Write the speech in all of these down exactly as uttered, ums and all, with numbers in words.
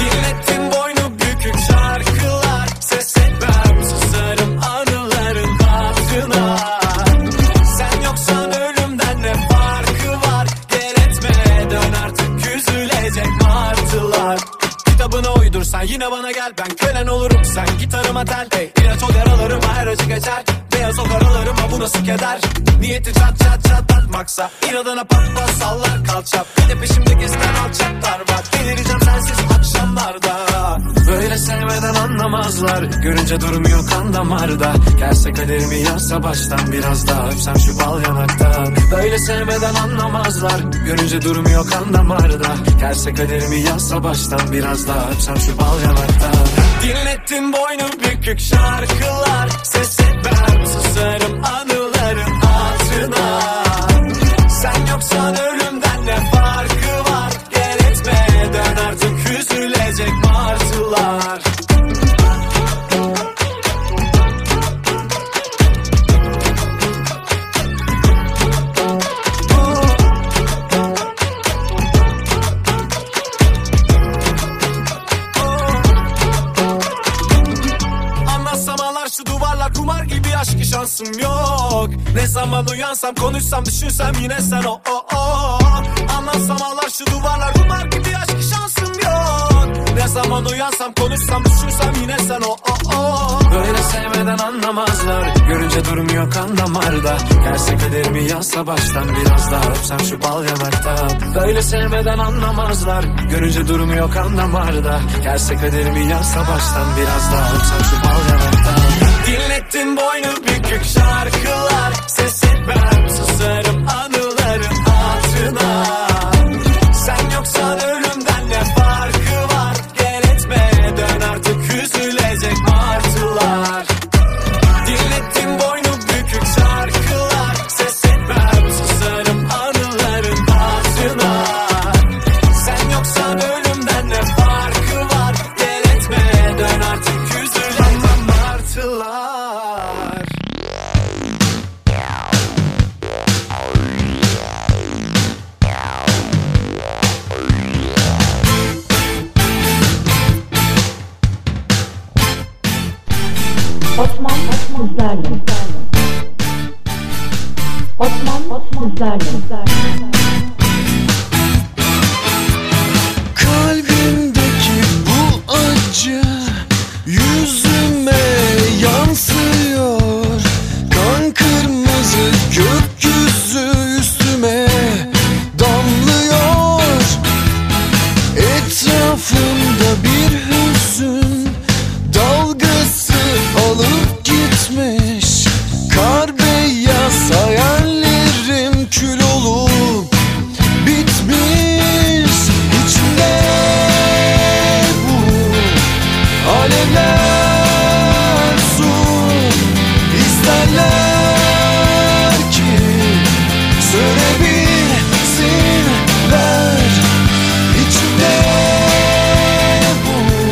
Dinlettin boynu bükük şarkılar, ses etmem, susarım anıların hatırına. Sen yoksan ölümden ne farkı var? Gel etme, dön artık, küzülecek martılar. Kitabına uydursan yine bana gel, ben kölen olurum, sen gitarıma tel. Hey, ilaç ol yaralarıma, her acı geçer. Beyaz o karalarıma, bu nasıl keder? Niyeti çat çat çatlatmaksa inadına pat pat sallar kalça. Bir de peşimde gezen alçaklar var, delireceğim sensiz akşamlarda. Böyle sevmeden anlamazlar, görünce durmuyor kan damarda. Gelse kaderimi yazsa baştan, biraz daha öpsem şu bal yanaktan. Böyle sevmeden anlamazlar, görünce durmuyor kan damarda. Gelse kaderimi yazsa baştan, biraz daha öpsem şu bal yanaktan. Dinlettin boynu bükük şarkılar, ses etmem, susarım anıların hatırına. Sen yoksan ölümden ne farkı var? Gel etme, dön artık, üzülecek martılar. Şu duvarlar kumar gibi, aşkı şansım yok. Ne zaman uyansam, konuşsam, düşünsem yine sen o o o. Anlatsam ağlar şu duvarlar kumar gibi, aşkı şansım yok. Ne zaman uyansam, konuşsam, düşünsem yine sen o o o. Böyle sevmeden anlamazlar, görünce durmuyor kan damarda. Gelse kaderimi yazsa baştan, biraz daha öpsem şu bal yanaktan. Böyle sevmeden anlamazlar, görünce durmuyor kan damarda. Gelse kaderimi yazsa baştan, biraz daha öpsem şu bal yanaktan. Dinlettin boynu bükük şarkılar, ses etmem, susarım anıların hatırına. Sen yoksan ölümden ne farkı var? Gel etme, dön artık, üzülecek martılar. Dinlettin boynu bükük şarkılar, ses etmem, susarım anıların hatırına. Sen yoksan ölümden ne farkı var? Gel etme, dön artık, üzülecek martılar. Osman sizlerle. Osman sizlerle. Kalbimdeki bu acı yüzüme yansıyor. Kan kırmızı gökyüzü üstüme damlıyor. Etrafımda bir hüzün dalgası alıp gitmiş. Kar beyaz hayallerim kül olup bitmiş. İçimde bu alevler su isterler ki sönebilsinler. İçimde bu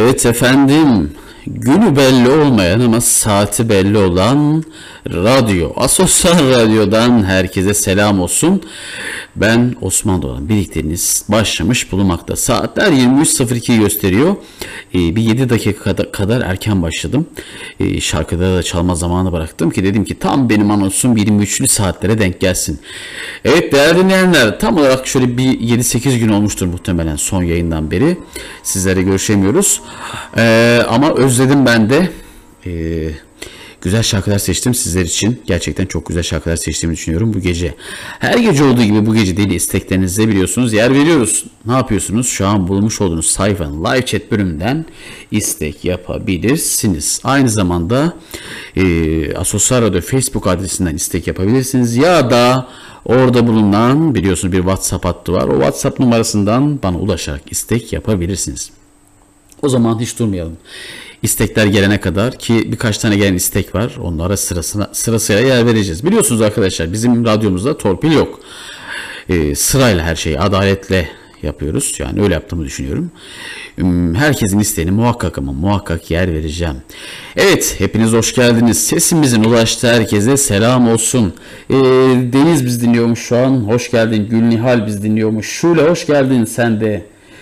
Evet efendim, günü belli olmayan ama saati belli olan radyo, Asosyal Radyo'dan herkese selam olsun. Ben Osman Doğan, birlikteliğiniz başlamış bulunmakta. Saatler yirmi üç sıfır iki gösteriyor. Ee, bir yedi dakika kadar erken başladım. Ee, şarkıda da çalma zamanı bıraktım ki dedim ki tam benim anonsum yirmi üçlü saatlere denk gelsin. Evet değerli dinleyenler, tam olarak şöyle bir yedi sekiz gün olmuştur muhtemelen son yayından beri. Sizlere görüşemiyoruz. Ee, ama özledim ben de. Ee, Güzel şarkılar seçtim sizler için. Gerçekten çok güzel şarkılar seçtiğimi düşünüyorum bu gece. Her gece olduğu gibi bu gece değil, isteklerinize biliyorsunuz yer veriyoruz. Ne yapıyorsunuz? Şu an bulmuş olduğunuz sayfanın live chat bölümünden istek yapabilirsiniz. Aynı zamanda e, Asosyal Radyo Facebook adresinden istek yapabilirsiniz. Ya da orada bulunan biliyorsunuz bir WhatsApp hattı var. O WhatsApp numarasından bana ulaşarak istek yapabilirsiniz. O zaman hiç durmayalım. İstekler gelene kadar, ki birkaç tane gelen istek var. Onlara sırasına, sırasıyla yer vereceğiz. Biliyorsunuz arkadaşlar, bizim radyomuzda torpil yok. Ee, sırayla her şeyi adaletle yapıyoruz. Yani öyle yaptığımı düşünüyorum. Herkesin isteğini muhakkak ama muhakkak yer vereceğim. Evet, hepiniz hoş geldiniz. Sesimizin ulaştığı herkese selam olsun. Ee, Deniz biz dinliyormuş şu an. Hoş geldin. Gülnihal biz dinliyormuş. Şule hoş geldin sen de.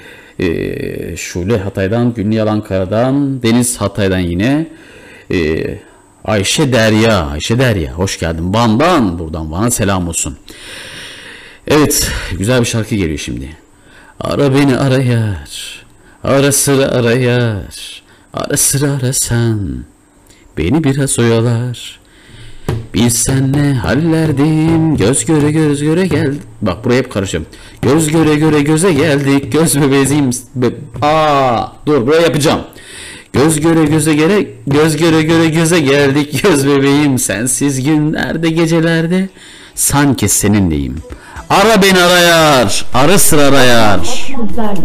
Ee, Şule Hatay'dan, Gülnihal Ankara'dan, Deniz Hatay'dan yine, ee, Ayşe Derya, Ayşe Derya hoş geldin. Van'dan, buradan Van'a selam olsun. Evet, güzel bir şarkı geliyor şimdi. Ara beni ara yar, ara sıra ara yar, ara sıra arasan beni biraz oyalar. Bilsen ne hallerdeyim, göz göre göz göre geldik. Bak buraya hep karışım. Göz göre göre göze geldik, göz bebeğim. Be Aa, dur buraya yapacağım. Göz göre göze göre göz göre göre göze geldik, göz bebeğim. Sensiz günlerde gecelerde sanki seninleyim. Ara beni ara yar, ara sıra ara yar. Sizlerle.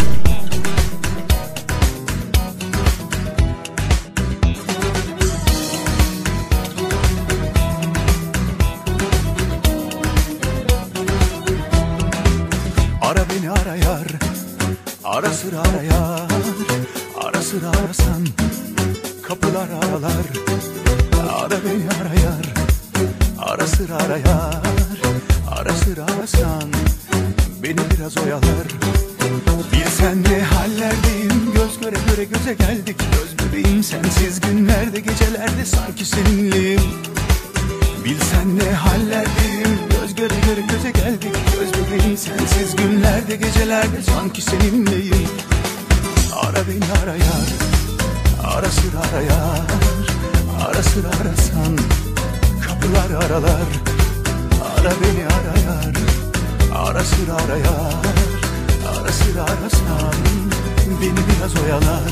Ara beni ara yar, ara sıra ara yar, ara sıra arasan kapılar aralar. Ara beni ara yar, ara sıra ara yar, ara sıra arasan beni biraz oyalar. Bilsen ne hallerdeyim, göz göre göre göze geldik, göz bebeğim. Sensiz günlerde gecelerde sanki seninleyim. Bilsen ne hallerdeyim, göz göre göre göze geldik, göz bebeğim. Sensiz günlerde gecelerde sanki seninleyim. Ara beni ara yar, ara sıra ara yar, ara sıra arasan kapılar aralar. Ara beni ara yar, ara sıra ara yar, ara sıra arasan beni biraz oyalar.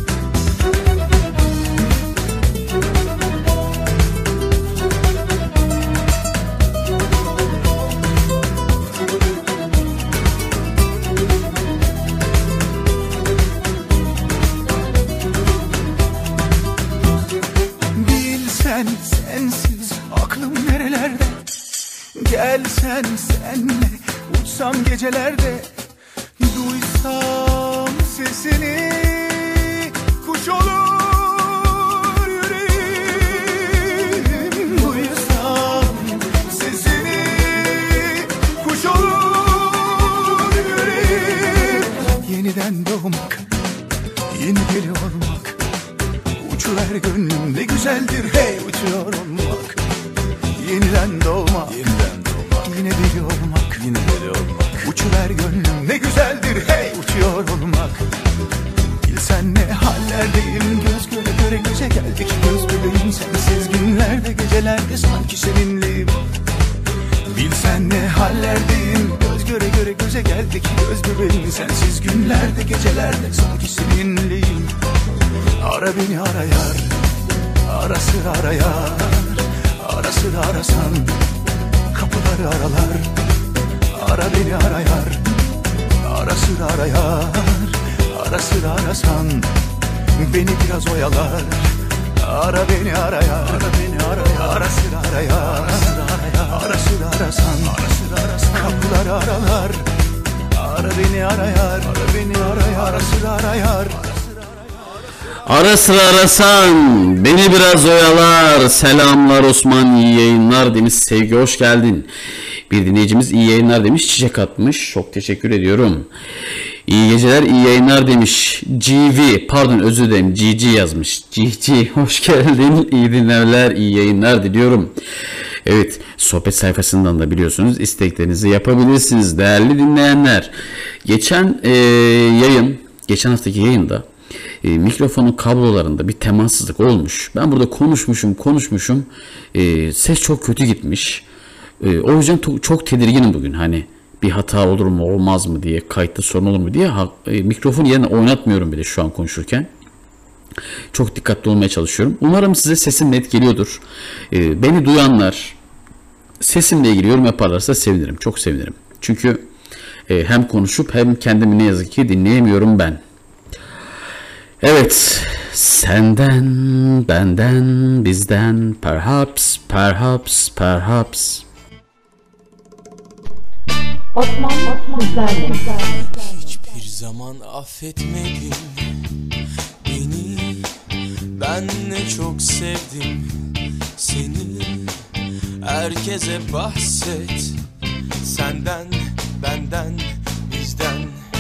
Bilsen sensiz aklım nerelerde, gelsen senle uçsam gecelerde, duysam sesini kuş olur yüreğim. Duysam sesini kuş olur yüreğim. Yeniden doğmak, yeni deli olmak, uçuver gönlüm ne güzeldir hey uçuyor olmak. Yeniden doğmak, yeniden doğmak, yine deli olmak, yine deli olmak. Uçuver gönlüm ne güzeldir hey uçuyor olmak. Bilsen ne hallerdeyim, göz göre göre göze geldik, göz bebeğim. Sensiz günlerde gecelerde sanki seninleyim. Bilsen ne hallerdeyim, göz göre göre göze geldik, göz bebeğim. Sensiz günlerde gecelerde sanki seninleyim. Ara beni ara yar, ara sıra ara yar, ara sıra arasan kapıları aralar. Ara beni ara yar, ara sıra ara yar, ara sıra arasan beni biraz oyalar. Ara beni ara yar, ara beni ara yar, ara sıra ara yar, ara sıra ara yar, ara sıra arasan, ara sıra arasan kapıları aralar. Ara beni ara yar, ara beni ara yar, ara sıra ara yar. Ara sıra arasan beni biraz oyalar. Selamlar Osman, iyi yayınlar demiş. Sevgi hoş geldin. Bir dinleyicimiz iyi yayınlar demiş, çiçek atmış. Çok teşekkür ediyorum. İyi geceler, iyi yayınlar demiş. G V, pardon özür dilerim, G G yazmış. G G hoş geldin, iyi dinlemeler, iyi yayınlar diliyorum. Evet, sohbet sayfasından da biliyorsunuz isteklerinizi yapabilirsiniz değerli dinleyenler. Geçen e, yayın, geçen haftaki yayında e, mikrofonun kablolarında bir temassızlık olmuş. Ben burada konuşmuşum, konuşmuşum. E, ses çok kötü gitmiş. E, o yüzden to- çok tedirginim bugün. Hani bir hata olur mu, olmaz mı diye, kayıtta sorun olur mu diye ha, e, mikrofonu yerine oynatmıyorum bile şu an konuşurken. Çok dikkatli olmaya çalışıyorum. Umarım size sesim net geliyordur. E, beni duyanlar sesimle ilgili yorum yaparlarsa sevinirim. Çok sevinirim. Çünkü e, hem konuşup hem kendimi ne yazık ki dinleyemiyorum ben. Evet. Senden, benden, bizden, perhaps, perhaps, perhaps. Osman sizlerle. Hiçbir zaman affetmedin beni. Ben ne çok sevdim seni. Herkese bahset. Senden, benden, bizden.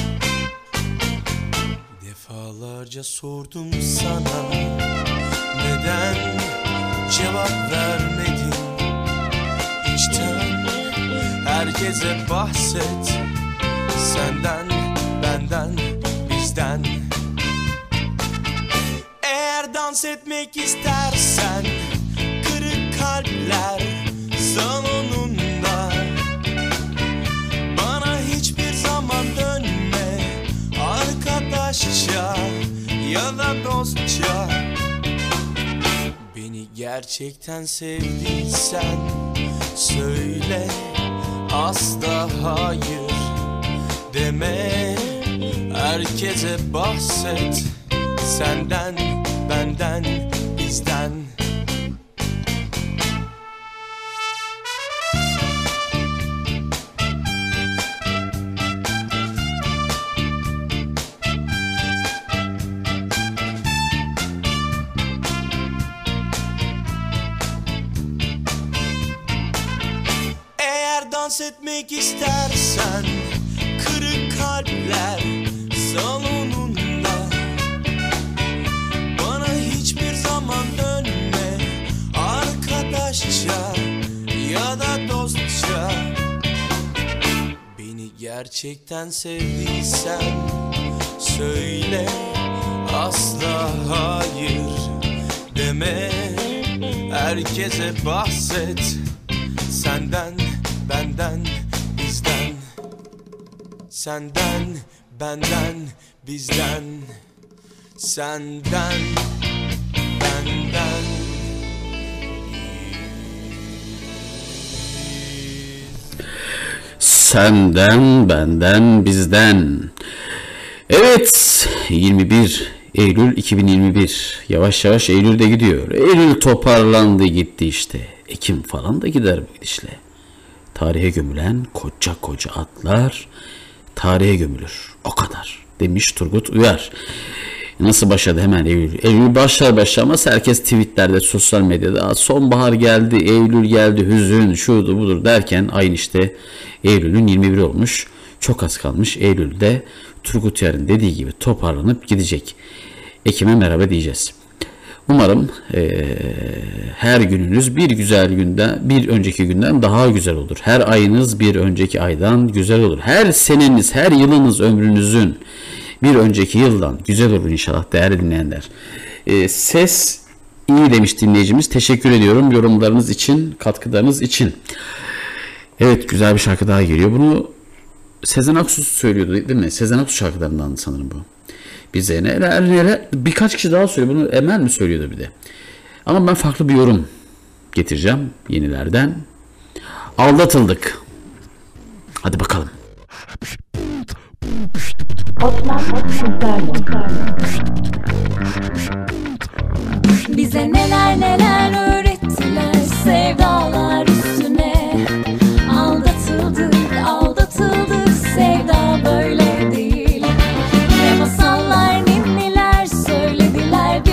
Defalarca sordum sana, neden cevap vermedin? İçten herkese bahset. Senden, benden, bizden. Eğer dans etmek istersen kırık kalpler salonunda, bana hiçbir zaman dönme arkadaşça ya da dostça. Beni gerçekten sevdiysen söyle, asla hayır deme. Herkese bahset. Senden, benden, bizden. Eğer dans etmek istersen kırık kalpler salonunda, bana hiçbir zaman dönme arkadaşça ya da dostça. Beni gerçekten sevdiysen söyle, asla hayır deme. Herkese bahset. Senden, benden, bizden. Senden, benden, bizden. Senden, benden. Senden, benden, bizden. Evet, yirmi bir Eylül iki bin yirmi bir. Yavaş yavaş Eylül'de gidiyor. Eylül toparlandı gitti işte. Ekim falan da gider bu gidişle. Tarihe gömülen koca koca atlar tarihe gömülür. O kadar demiş Turgut Uyar. Nasıl başladı hemen Eylül? Eylül başlar başlamaz herkes tweetlerde, sosyal medyada sonbahar geldi, Eylül geldi, hüzün, şudur budur derken ayın işte Eylül'ün yirmi biri olmuş. Çok az kalmış. Eylül'de Turgut Uyar'ın dediği gibi toparlanıp gidecek. Ekim'e merhaba diyeceğiz. Umarım e, her gününüz bir güzel günden, bir önceki günden daha güzel olur. Her ayınız bir önceki aydan güzel olur. Her seneniz, her yılınız ömrünüzün bir önceki yıldan güzel olur inşallah değerli dinleyenler. E, ses iyi demiş dinleyicimiz. Teşekkür ediyorum yorumlarınız için, katkılarınız için. Evet, güzel bir şarkı daha geliyor. Bunu Sezen Aksu söylüyordu değil mi? Sezen Aksu şarkılarından sanırım bu. Bize neler neler. Birkaç kişi daha söylüyor. Bunu Emel mi söylüyordu bir de? Ama ben farklı bir yorum getireceğim yenilerden. Aldatıldık. Hadi bakalım. Osman sizlerle. Bize neler neler öğrettiler sevdalar üstüne. Aldatıldık, aldatıldık, sevda böyle değil. Ne masallar, ninniler söylediler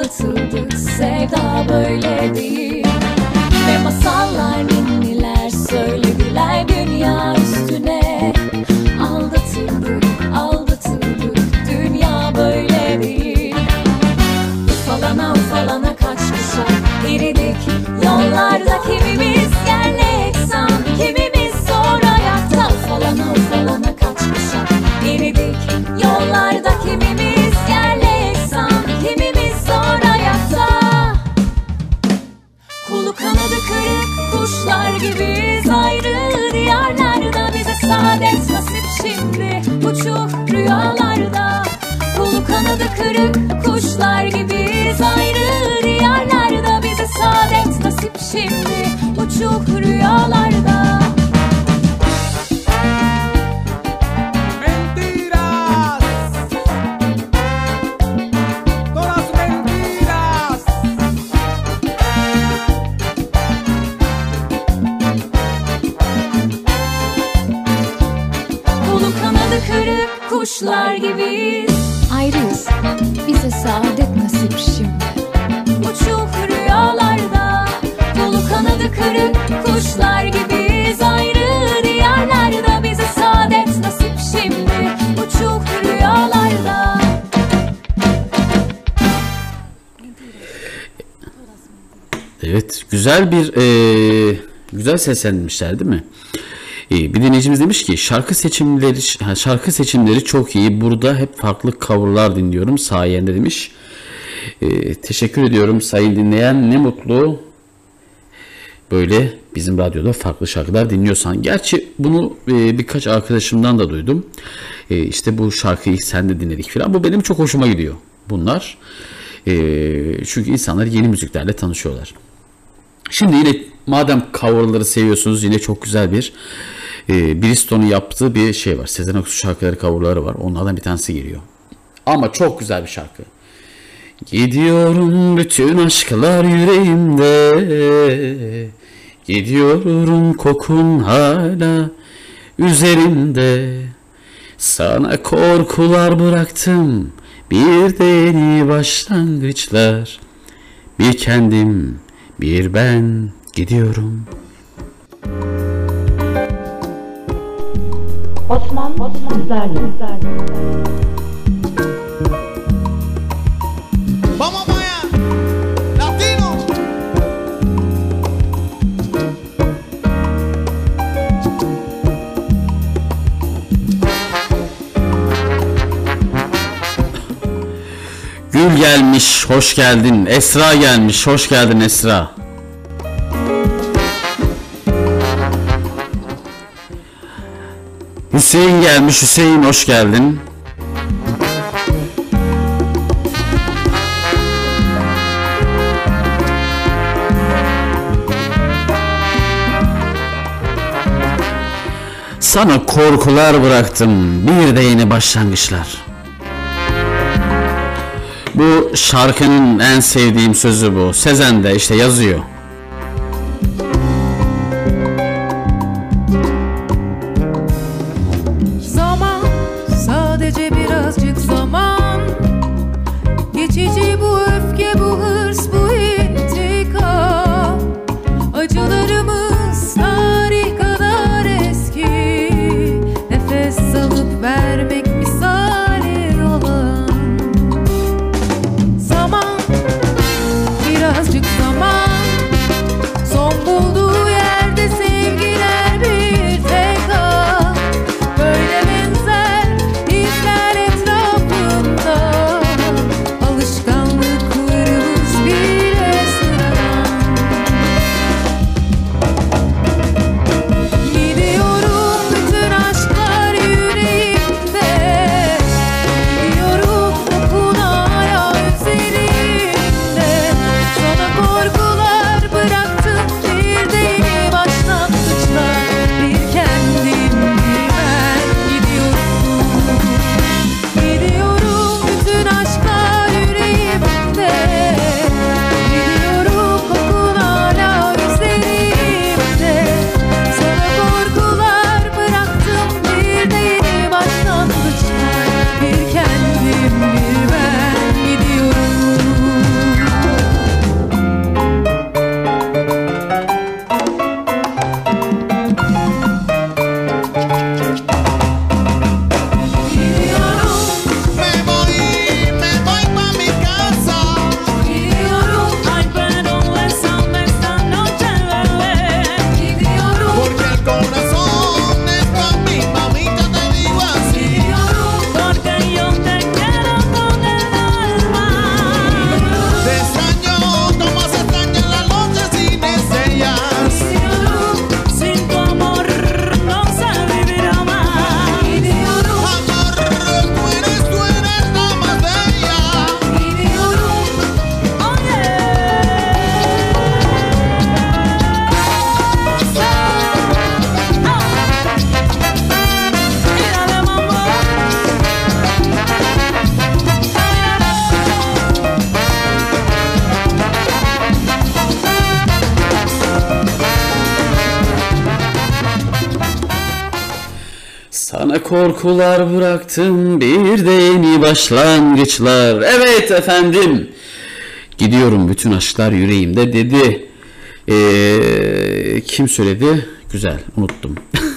aldatıldık, sevda böyle değil. Ne masallar ninniler söylediler dünya üstüne. Aldatıldık, aldatıldık, dünya böyle değil. Ufalana ufalana kaç kuşak eridik yollarda, kimimiz yerle eksan, kimimiz zor ayakta. Ufalana ufalana kaç kuşak eridik yollarda, kimimiz yerle eksan, kimimiz zor ayakta. Kolu kanadı kırık kuşlar gibiyiz ayrı diyarlarda, bize saadet nasip şimdi uçuk rüyalarda. Kolu kanadı kırık kuşlar gibiyiz ayrı diyarlarda, bize saadet nasip şimdi uçuk rüyalarda. Mentiras, todas mentiras. Kolu kanadı kırık kuşlar gibiyiz, Ayrıyız, bize saadet nasip şimdi. uçuk rüyalarda. Kolu kanadı kırık kuşlar gibiyiz ayrı diyarlarda, bize saadet nasip şimdi uçuk rüyalarda. Evet, güzel bir e, güzel seslenmişler değil mi? E, bir dinleyicimiz demiş ki şarkı seçimleri ha, şarkı seçimleri çok iyi. Burada hep farklı coverlar dinliyorum sayende demiş. E, teşekkür ediyorum sayın dinleyen, ne mutlu. Böyle bizim radyoda farklı şarkılar dinliyorsan. Gerçi bunu e, birkaç arkadaşımdan da duydum. E, işte bu şarkıyı sen de dinledik falan. Bu benim çok hoşuma gidiyor bunlar. E, çünkü insanlar yeni müziklerle tanışıyorlar. Şimdi yine madem coverları seviyorsunuz, yine çok güzel bir e, Bristol'un yaptığı bir şey var. Sezen Aksu şarkıları coverları var. Onlardan bir tanesi geliyor. Ama çok güzel bir şarkı. Gidiyorum bütün aşklar yüreğimde, gidiyorum kokun hala üzerimde. Sana korkular bıraktım, bir de yeni başlangıçlar. Bir kendim, bir ben gidiyorum. Osman sizlerle. Vamos allá, latino. Gül gelmiş, hoş geldin. Esra gelmiş, hoş geldin Esra. Hüseyin gelmiş, Hüseyin hoş geldin. Sana korkular bıraktım, bir de yeni başlangıçlar. Bu şarkının en sevdiğim sözü bu. Sezen de işte yazıyor. Zaman, sadece birazcık zaman. Geçici bu öfke, bu hırs, bu intikam. Acılarımız tarih kadar eski. Nefes alıp vermek misali olan. Zaman, birazcık zaman. Sana korkular bıraktım, bir de yeni başlangıçlar. Evet efendim. Gidiyorum, bütün aşklar yüreğimde dedi. Ee, kim söyledi? Güzel, unuttum.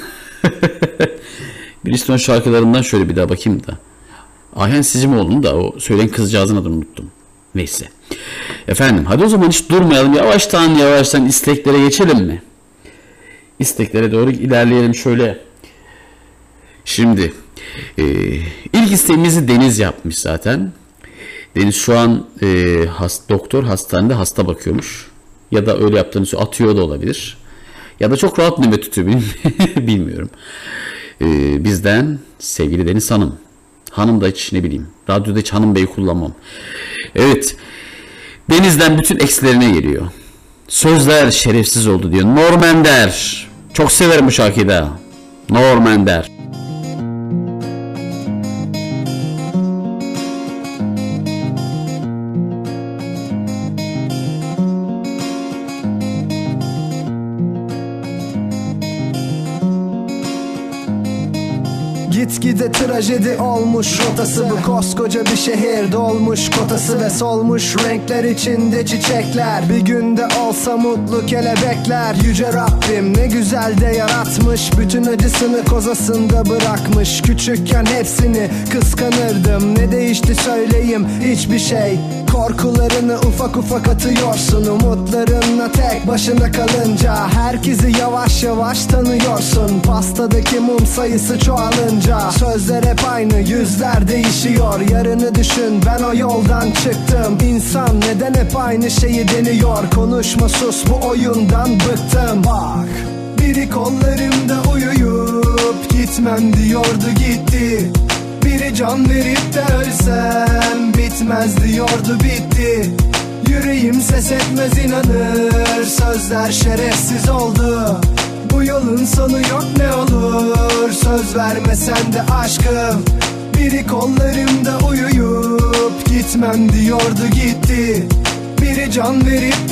Bristol şarkılarından şöyle bir daha bakayım da. Ayhan Sicimoğlu'nun da o söyleyen kızcağızın adını unuttum. Neyse. Efendim hadi o zaman hiç durmayalım. Yavaştan yavaştan isteklere geçelim mi? İsteklere doğru ilerleyelim şöyle. Şimdi e, ilk isteğimizi Deniz yapmış zaten. Deniz şu an e, has, doktor hastanede hasta bakıyormuş. Ya da öyle yaptığını atıyor da olabilir. Ya da çok rahat nöbet tutuyor, bilmiyorum. E, bizden sevgili Deniz Hanım. Hanım da hiç ne bileyim. Radyoda hiç hanım bey kullanmam. Evet. Deniz'den bütün eksilerine geliyor. Sözler şerefsiz oldu diyor. Norman der. Çok severim bu şarkıyı da. Norman der. Gitgide trajedi olmuş rotası, bu koskoca bir şehir dolmuş kotası ve solmuş renkler içinde çiçekler. Bir günde olsa mutlu kelebekler. Yüce Rabbim ne güzel de yaratmış, bütün acısını kozasında bırakmış. Küçükken hepsini kıskanırdım, ne değişti söyleyeyim, hiçbir şey. Korkularını ufak ufak atıyorsun, umutlarınla tek başına kalınca herkesi yavaş yavaş tanıyorsun. Pastadaki mum sayısı çoğalınca sözler hep aynı, yüzler değişiyor. Yarını düşün, ben o yoldan çıktım. İnsan neden hep aynı şeyi deniyor? Konuşma sus, bu oyundan bıktım. Bak, biri kollarımda uyuyup gitmem diyordu, gitti. Biri can verip de ölsem bitmez diyordu, bitti. Yüreğim ses etmez inanır, sözler şerefsiz oldu. Bu yolun sonu yok ne olur, söz vermesen de aşkım. Biri kollarımda uyuyup gitmem diyordu, gitti. Biri can verip de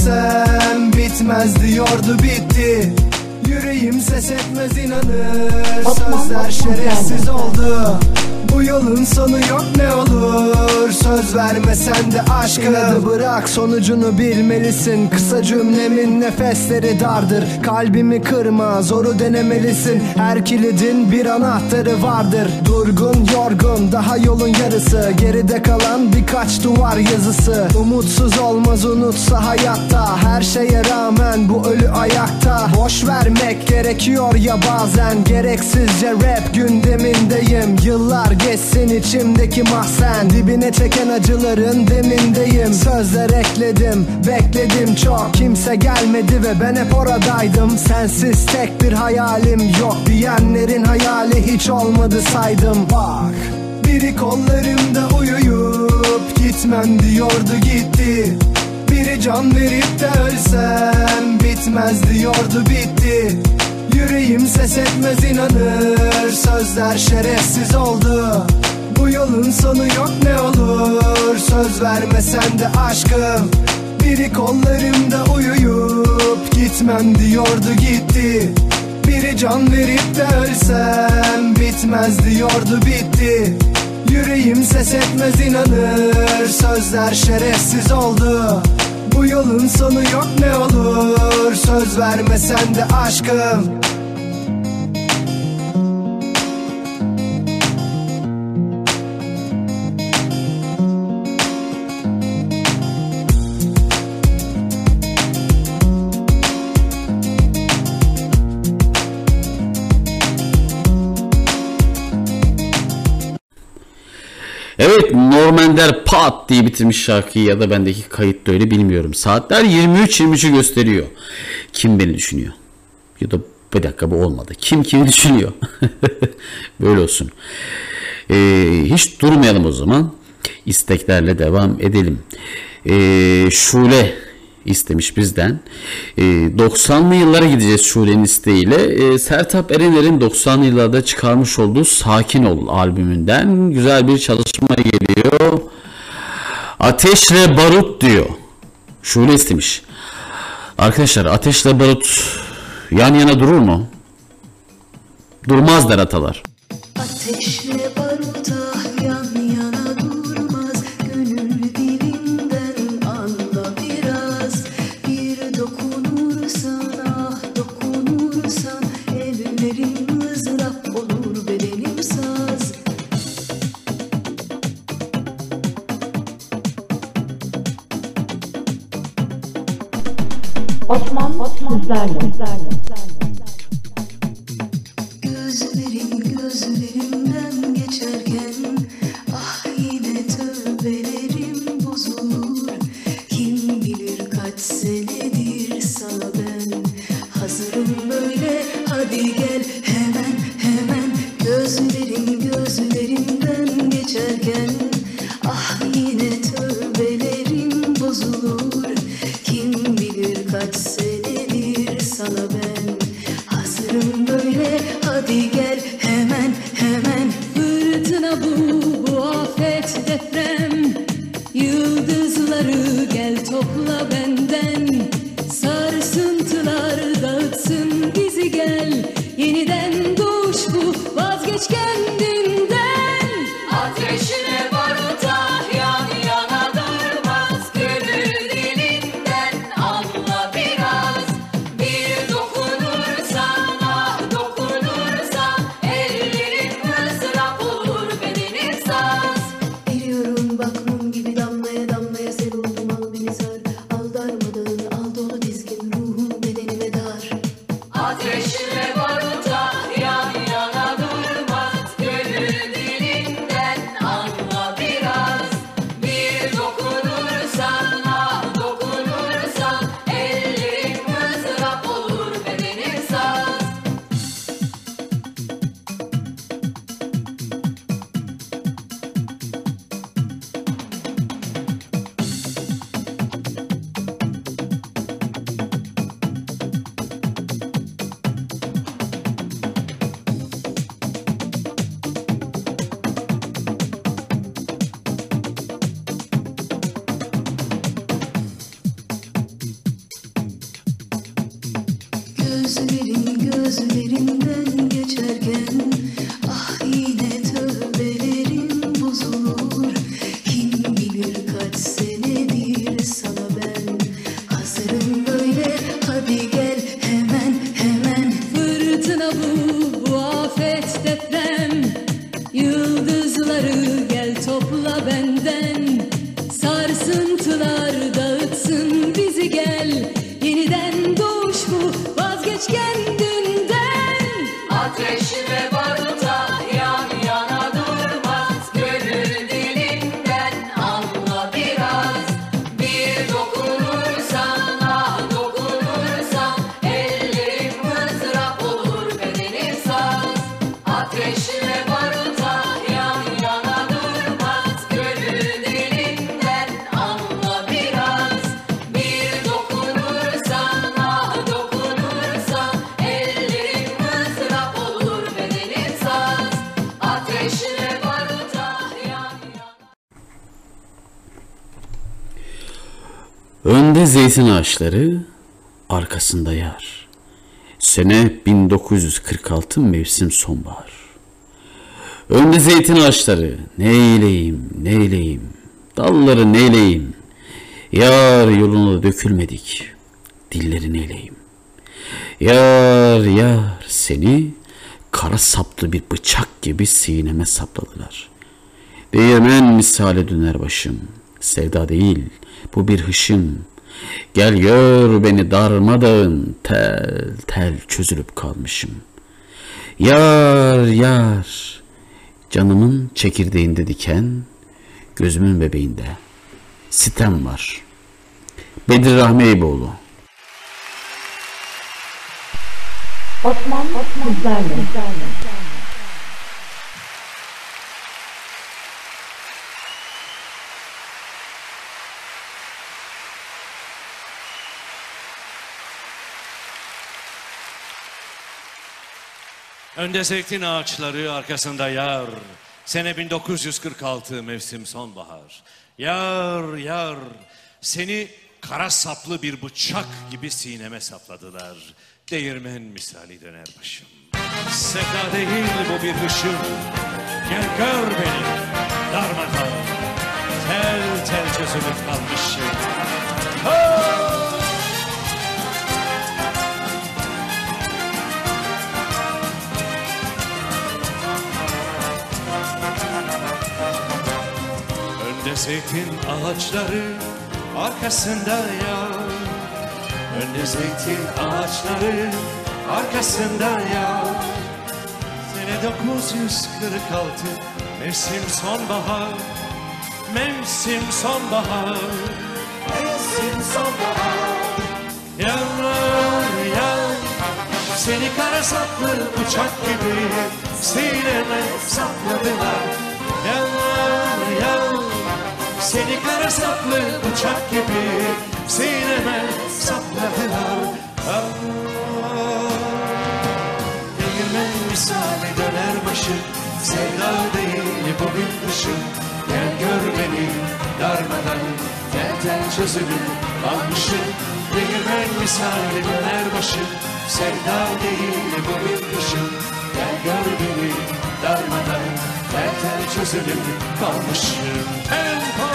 ölsem bitmez diyordu, bitti. Yüreğim ses etmez inanır, sözler şerefsiz oldu. Bu yolun sonu yok ne olur, söz vermesen de aşkım. İnadı bırak, sonucunu bilmelisin. Kısa cümlemin nefesleri dardır. Kalbimi kırma, zoru denemelisin. Her kilidin bir anahtarı vardır. Durgun yorgun, daha yolun yarısı. Geride kalan birkaç duvar yazısı. Umutsuz olmaz unutsa hayatta. Her şeye rağmen bu ölü ayakta. Boş vermek gerekiyor ya bazen. Gereksizce rap gündemindeyim. Yıllar geçsin içimdeki mahzen, dibine çeken acıların demindeyim. Sözler ekledim, bekledim çok, kimse gelmedi ve ben hep oradaydım. Sensiz tek bir hayalim yok diyenlerin hayali hiç olmadı saydım. Bak, biri kollarımda uyuyup gitmem diyordu, gitti. Biri can verip de ölsem bitmez diyordu, bitti. Yüreğim ses etmez inanır, sözler şerefsiz oldu. Bu yolun sonu yok ne olur, söz vermesen de aşkım. Biri kollarımda uyuyup gitmem diyordu, gitti. Biri can verip de ölsem bitmez diyordu, bitti. Yüreğim ses etmez inanır, sözler şerefsiz oldu. Bu yolun sonu yok ne olur, söz vermesen de aşkım. Evet, Norman der pat diye bitirmiş şarkıyı, ya da bendeki kayıtta öyle, bilmiyorum. Saatler yirmi üç yirmi üçü gösteriyor. Kim beni düşünüyor? Ya da bir dakika, bu olmadı. Kim kimi düşünüyor? Böyle olsun. Ee, hiç durmayalım o zaman. İsteklerle devam edelim. Ee, Şule istemiş bizden. E, doksanlı yıllara gideceğiz Şule'nin isteğiyle. E, Sertab Erener'in doksanlı yıllarda çıkarmış olduğu Sakin Ol albümünden güzel bir çalışma geliyor. Ateşle Barut diyor. Şule istemiş. Arkadaşlar, ateşle barut yan yana durur mu? Durmaz der atalar. dokunursan, ah dokunursan, ellerin mızrap olur, bedenim saz. Osman, Osman sizlerle. Gözlerin gözlerimden geçerken, ah yine tövbelerim bozulur. Kim bilir kaç senedir sana ben hazırım böyle, hadi gel hemen hemen. Gözlerin gözlerimden geçerken, ah yine tövbelerim bozulur. Kim bilir kaç senedir sana ben hazırım böyle, hadi gel hemen hemen. Fırtına bu, bu afet deprem, yıldızları gel topla benden. Sarsıntılar dağıtsın bizi, gel yeniden doğuş bu, vazgeç kendinden. Ateşine baruta yan yana durmaz, gönül dilinden anla biraz. Bir dokunursan, ah dokunursan, ellerin mızrap olur, bedenin saz. Eriyorum bak mum gibi, damlaya damlaya sel oldum, al beni sar. Al darmadağın, al dolu dizgin, ruhum bedenime dar. Ateşine baruta yan yana durmaz, gönül dilinden anla biraz. Bir dokunursan, ah dokunursan, ellerin mızrap olur, bedenin saz. Gözlerin gözlerimden geçerken, ah yine tövbelerim bozulur. Kim bilir kaç senedir sana ben hazırım böyle, hadi gel hemen hemen. Fırtına bu, bu afet deprem, yıldızları gel topla benden. Sarsıntılar dağıtsın bizi, gel yeniden doğuş bu, vazgeç kendinden. Ateşine baruta yan yana durmaz, gönül dilinden anla biraz. Bir dokunursan, ah dokunursan, ellerin mızrap olur, bedenin saz. Ateşine baruta yan yana durmaz, gönül dilinden anla biraz. Bir dokunursan, ah dokunursan, ellerin mızrap olur, bedenin saz. Ateşine baruta yan yana. Önde zeytin ağaçları, arkasında yar. Sene bin dokuz yüz kırk altı, mevsim sonbahar. Önde zeytin ağaçları, neyleyim neyleyim, dalları neyleyim. Yar yoluna dökülmedik, dilleri neyleyim. Yar yar seni kara saplı bir bıçak gibi sineme sapladılar. Değirmen misali döner başım, sevda değil bu bir hışım. Gel gör beni darmadağın, tel tel çözülüp kalmışım. Yar yar, canımın çekirdeğinde diken, gözümün bebeğinde sitem var. Bedri Rahmi Eyüboğlu. Osman, Osman sizlerle. Önde zeytin ağaçları, arkasında yar. Sene bin dokuz yüz kırk altı, mevsim sonbahar. Yar yar, seni kara saplı bir bıçak gibi sineme sapladılar. Değirmen misali döner başım. Sevda değil bu bir hışım. Gel gör beni darmadağın, tel tel çözülüp kalmışım. Oh! zeytin ağaçları arkasında yar. Önde zeytin ağaçları arkasında yar. Sene dokuz yüz kırk altı, mevsim sonbahar, mevsim sonbahar, mevsim sonbahar. Yar yar, seni kara saplı uçak gibi sineme sapladılar. Yar yar, seni kara saplı uçak gibi sineme sapladılar. Ah, değirmen misali döner başı, sevda değil bugün dışı. Gel gör beni darmadan, tel tel çözülür almışım. Değirmen misali döner başı, sevda değil bugün dışı. Gel gör beni darmadan, tel tel çözülür kalmışım. Tempo!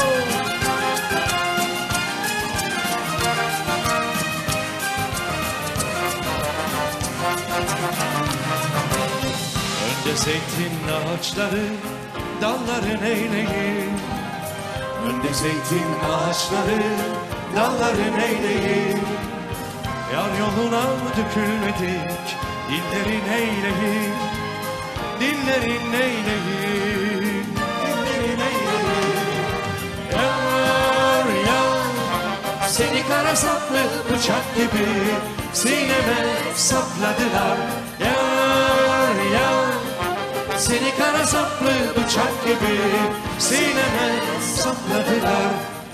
Önce zeytin ağaçları, dalların eğleyin. Önde zeytin ağaçları, dalların eğleyin. Yar yoluna dökülmedik, dillerin eğleyin. Dillerin eğleyin, dillerin eğleyin. Yar yar, seni kara saplı bıçak gibi sineme sapladılar. Yar yar, seni kara saplı bıçak gibi sineme sapladılar.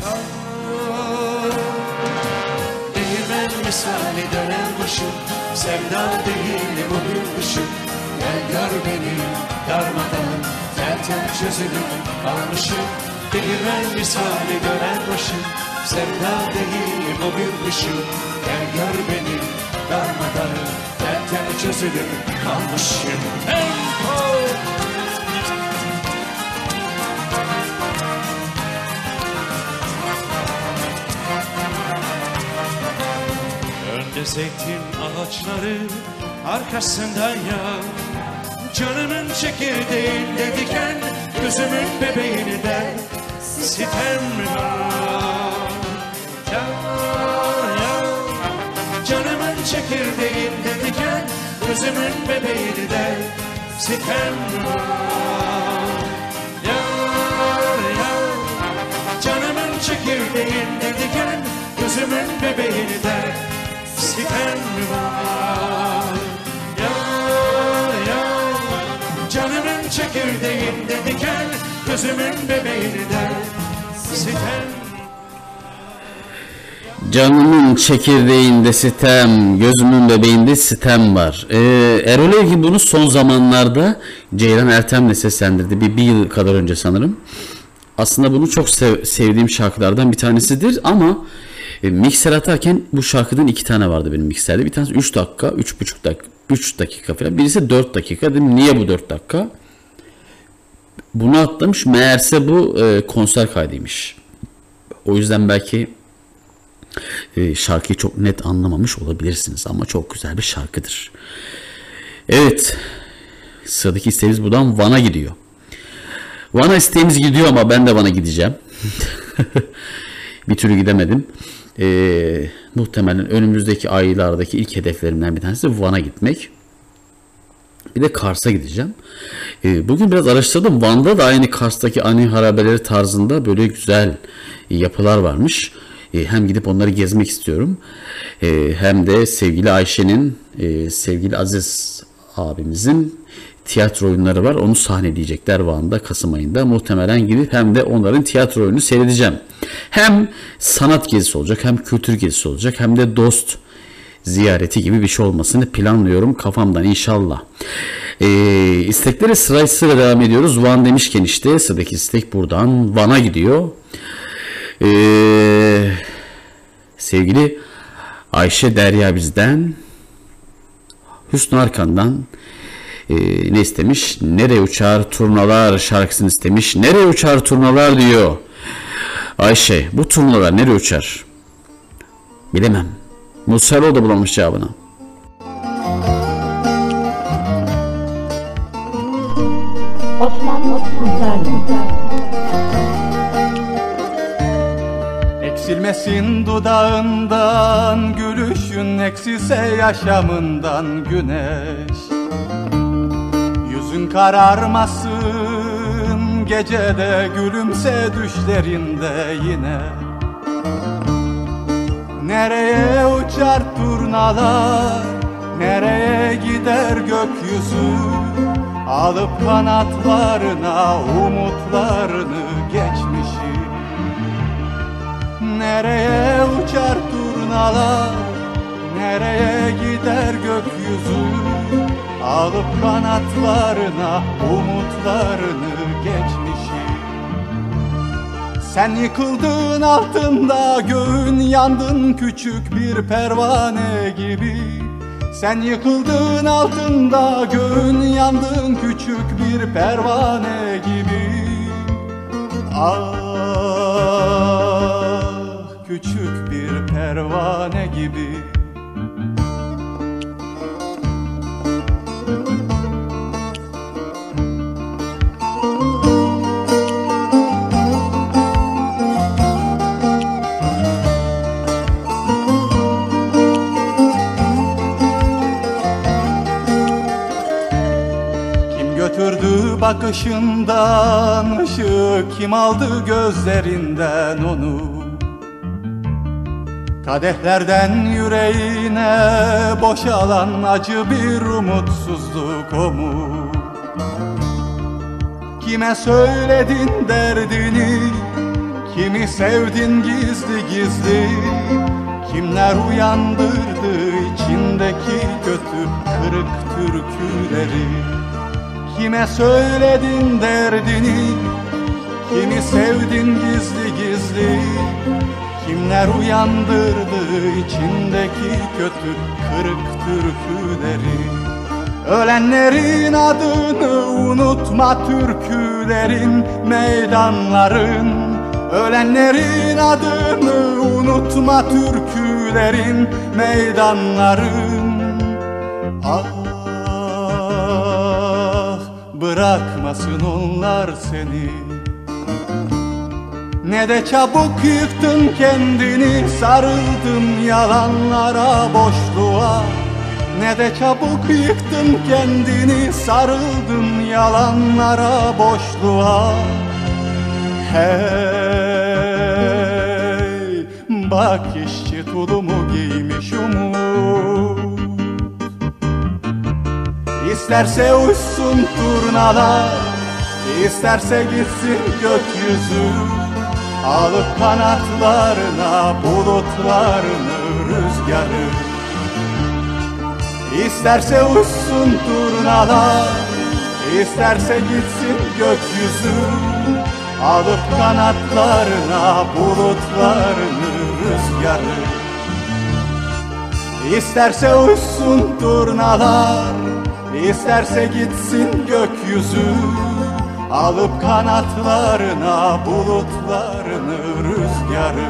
Değirmen misali dönen başı, sevda değil bugün dışı. Gel gör beni darmadan, tel tel çözülüp almışım. Değirmen misali dönen başı, sevda değil bugün dışı. Gel gör beni darmadan, tel tel çözülüp kalmışım. Tempo! Önde zeytin ağaçları arkasında yar. Canımın çekirdeğinde diken, gözümün bebeğini de sitem var. Yar yar, canımın çekirdeğinde diken, gözümün bebeğini de sitem var. Yar yar, canımın çekirdeğinde diken, gözümün bebeğini de sitem var. Yar yar, canımın çekirdeğinde diken, gözümün bebeğini de sitem. Canımın çekirdeğinde sitem, gözümün bebeğinde sitem var. Ee, Erol Evgin bunu son zamanlarda Ceylan Ertem'le seslendirdi. Bir, bir yıl kadar önce sanırım. Aslında bunu çok sev, sevdiğim şarkılardan bir tanesidir ama e, mikser atarken bu şarkıdan iki tane vardı benim mikserde. Bir tanesi üç dakika, üç buçuk dakika, üç dakika falan. Birisi dört dakika. Dedim niye bu dört dakika? Bunu atlamış. Meğerse bu e, konser kaydıymış. O yüzden belki e, şarkıyı çok net anlamamış olabilirsiniz ama çok güzel bir şarkıdır. Evet. Sıradaki isteğimiz buradan Van'a gidiyor. Van'a isteğimiz gidiyor ama ben de Van'a gideceğim. Bir türlü gidemedim. Ee, muhtemelen önümüzdeki aylardaki ilk hedeflerimden bir tanesi Van'a gitmek. Bir de Kars'a gideceğim. Ee, bugün biraz araştırdım. Van'da da aynı Kars'taki ani harabeleri tarzında böyle güzel yapılar varmış. Ee, hem gidip onları gezmek istiyorum. Ee, hem de sevgili Ayşe'nin, e, sevgili Aziz abimizin tiyatro oyunları var. Onu sahneleyecekler Van'da Kasım ayında. Muhtemelen gidip hem de onların tiyatro oyununu seyredeceğim. Hem sanat gezisi olacak, hem kültür gezisi olacak, hem de dost ziyareti gibi bir şey olmasını planlıyorum kafamdan inşallah. Ee, istekleri sırasıyla devam ediyoruz. Van demişken işte sıradaki istek buradan Van'a gidiyor. Ee, sevgili Ayşe Derya bizden, Hüsnü Arkan'dan Ee, ne istemiş? Nereye uçar turnalar şarkısını istemiş. Nereye uçar turnalar diyor. Ayşe, bu turnalar nereye uçar? Bilemem. Musa'yla da bulamış cevabını. Osman Osman Silmesin dudağından gülüşün, eksilse yaşamından güneş. Yüzün kararmasın gecede, gülümse düşlerinde yine. Nereye uçar turnalar, nereye gider gökyüzü, alıp kanatlarına umutlarını, geçmişi. Nereye uçar turnalar, nereye gider gökyüzü, alıp kanatlarına umutlarını, geçmişi. Sen yıkıldığın altında göğün, yandın küçük bir pervane gibi. Sen yıkıldığın altında göğün, yandın küçük bir pervane gibi. Ah, küçük bir pervane gibi. Götürdü bakışından ışık, kim aldı gözlerinden onu? Kadehlerden yüreğine boşalan acı bir umutsuzluk o mu? Kime söyledin derdini, kimi sevdin gizli gizli? Kimler uyandırdı içindeki kötü kırık türküleri? Kime söyledin derdini, kimi sevdin gizli gizli? Kimler uyandırdı içindeki kötü kırık türküleri? Ölenlerin adını unutma türkülerin, meydanların. Ölenlerin adını unutma türkülerin, meydanların. Ah, bırakmasın onlar seni. Ne de çabuk yıktın kendini, sarıldın yalanlara, boşluğa. Ne de çabuk yıktın kendini, sarıldın yalanlara, boşluğa. Hey, bak işçi tulumu giymiş umut. İsterse uçsun turnalar, isterse gitsin gökyüzü, alıp kanatlarına bulutlarını, rüzgarı. İsterse uçsun turnalar, isterse gitsin gökyüzü, alıp kanatlarına bulutlarını, rüzgarı. İsterse uçsun turnalar, İsterse gitsin gökyüzü, alıp kanatlarına bulutlarını, rüzgarı.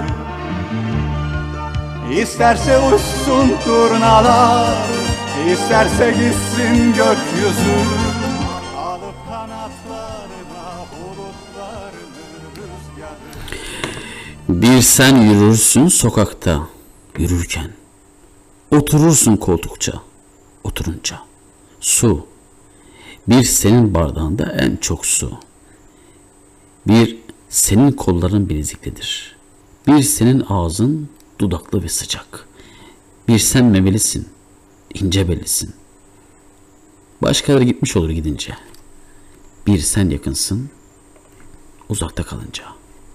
İsterse uçsun turnalar, isterse gitsin gökyüzü, alıp kanatlarına bulutlarını, rüzgarı. Bir sen yürürsün sokakta yürürken, oturursun koltukça oturunca. Su, bir senin bardağında en çok su. Bir senin kolların bileziklidir. Bir senin ağzın dudaklı ve sıcak. Bir sen memelisin, ince bellisin. Başkaları gitmiş olur gidince. Bir sen yakınsın, uzakta kalınca.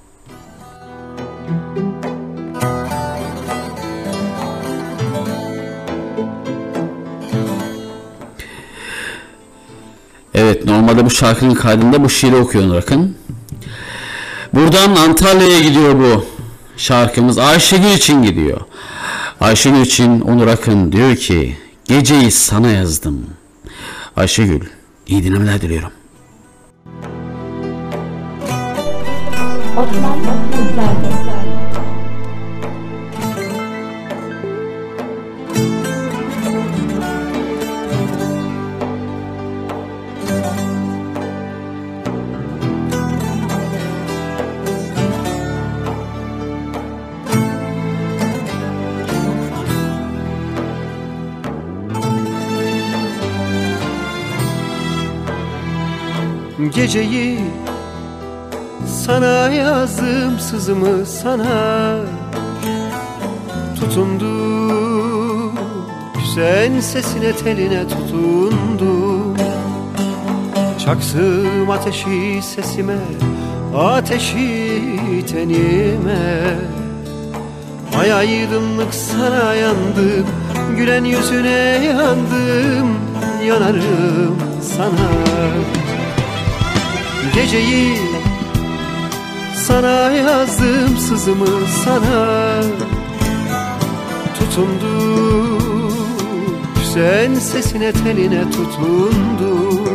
Evet, normalde bu şarkının kaydında bu şiiri okuyor Onur Akın. Buradan Antalya'ya gidiyor bu şarkımız. Ayşegül için gidiyor. Ayşegül için Onur Akın diyor ki, geceyi sana yazdım. Ayşegül, iyi dinlemeler diliyorum. Osman Sizlerle. Geceyi sana yazdım, sızımı sana tutundum, sen sesine teline tutundum. Çaksım ateşi sesime, ateşi tenime. Ay aydınlık sana yandım, gülen yüzüne yandım, yanarım sana. Geceyi sana yazdım, sızımı sana tutundum, sen sesine teline tutundum.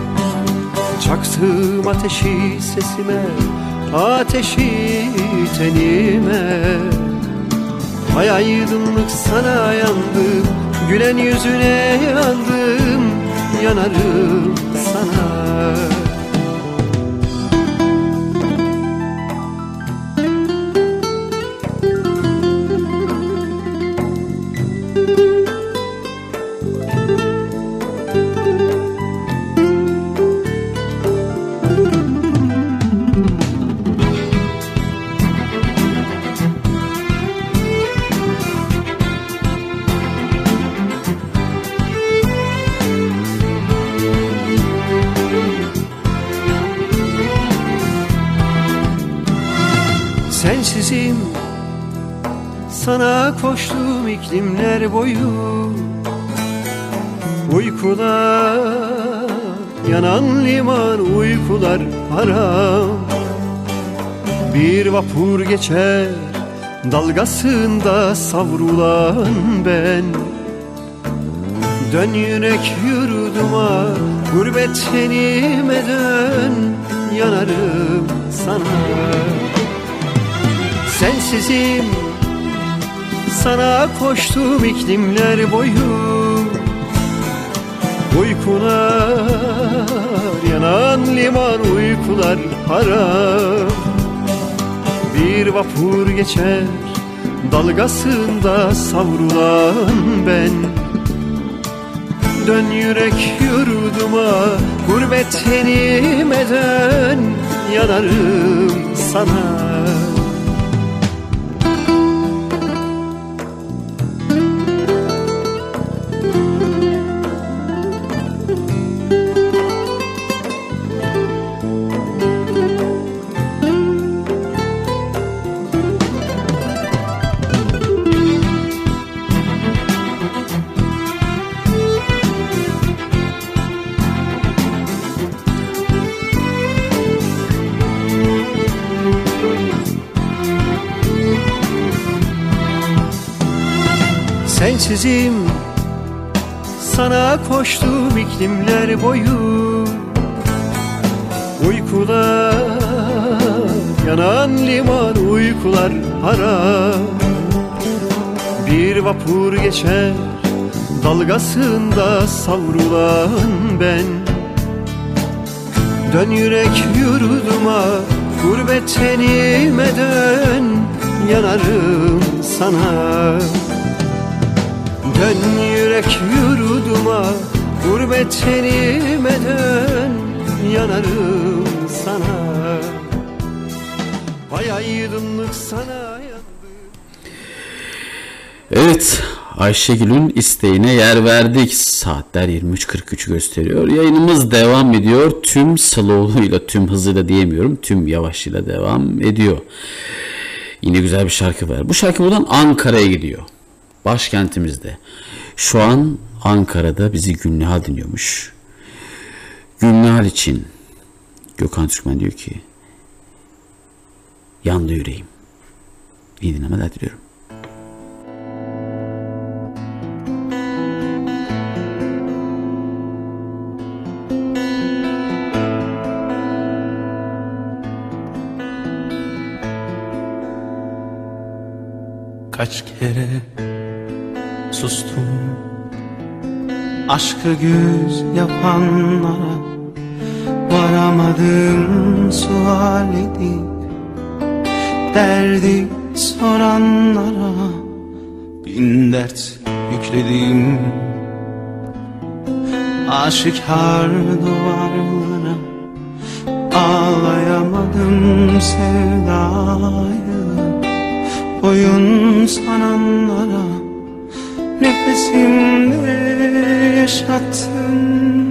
Çaktım ateşi sesime, ateşi tenime. Ay aydınlık sana yandım, gülen yüzüne yandım, yanarım sana. Sensizim sana koştum iklimler boyu. Uykular yanan liman, uykular haram. Bir vapur geçer dalgasında savrulan ben. Dön yürek yurduma, gurbet tenime dön, yanarım sana. Sensizim sana koştum iklimler boyu. Uykular yanan liman, uykular haram. Bir vapur geçer dalgasında savrulan ben. Dön yürek yurduma, gurbet tenime dön, yanarım sana. Sensizim sana koştum iklimler boyu. Uykular yanan liman, uykular haram. Bir vapur geçer dalgasında savrulan ben. Dön yürek yurduma, gurbet tenime dön, yanarım sana. Dön yürek yurduma, gurbet tenime dön, yanarım sana. Ay aydınlık sana yandım. Evet, Ayşegül'ün isteğine yer verdik. Saatler yirmi üç kırk üç gösteriyor. Yayınımız devam ediyor. Tüm slow'uyla, tüm hızıyla diyemiyorum. Tüm yavaşıyla devam ediyor. Yine güzel bir şarkı var. Bu şarkı buradan Ankara'ya gidiyor. Başkentimizde. Şu an Ankara'da bizi Gülnihal dinliyormuş. Gülnihal için Gökhan Türkmen diyor ki, yandı yüreğim. İyi dinlemeler diliyorum. Kaç kere sustum aşkı güz yapanlara, varamadım sual edip derdi soranlara. Bin dert yükledim aşikar duvarlara, Ağlayamadım sevdayı oyun sananlara, nefesimde yaşattın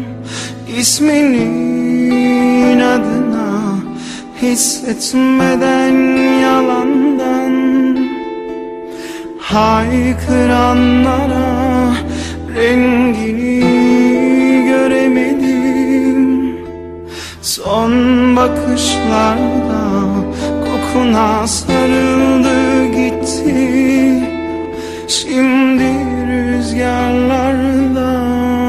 isminin adına, hissetmeden yalandan haykıranlara, rengini göremedim son bakışlarda, kokuna sarıldı gitti şimdi rüzgarlarda.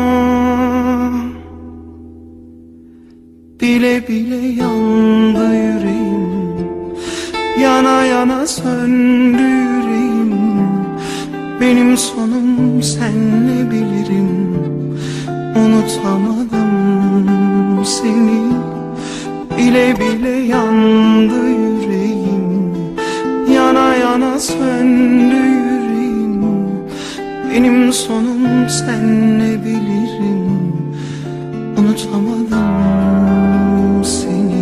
Bile bile yandı yüreğim, yana yana söndü yüreğim. Benim sonum senle bilirim, unutamadım seni. Bile bile yandı yüreğim, yana yana söndü yüreğim. Benim sonum senle bilirim, unutamadım seni.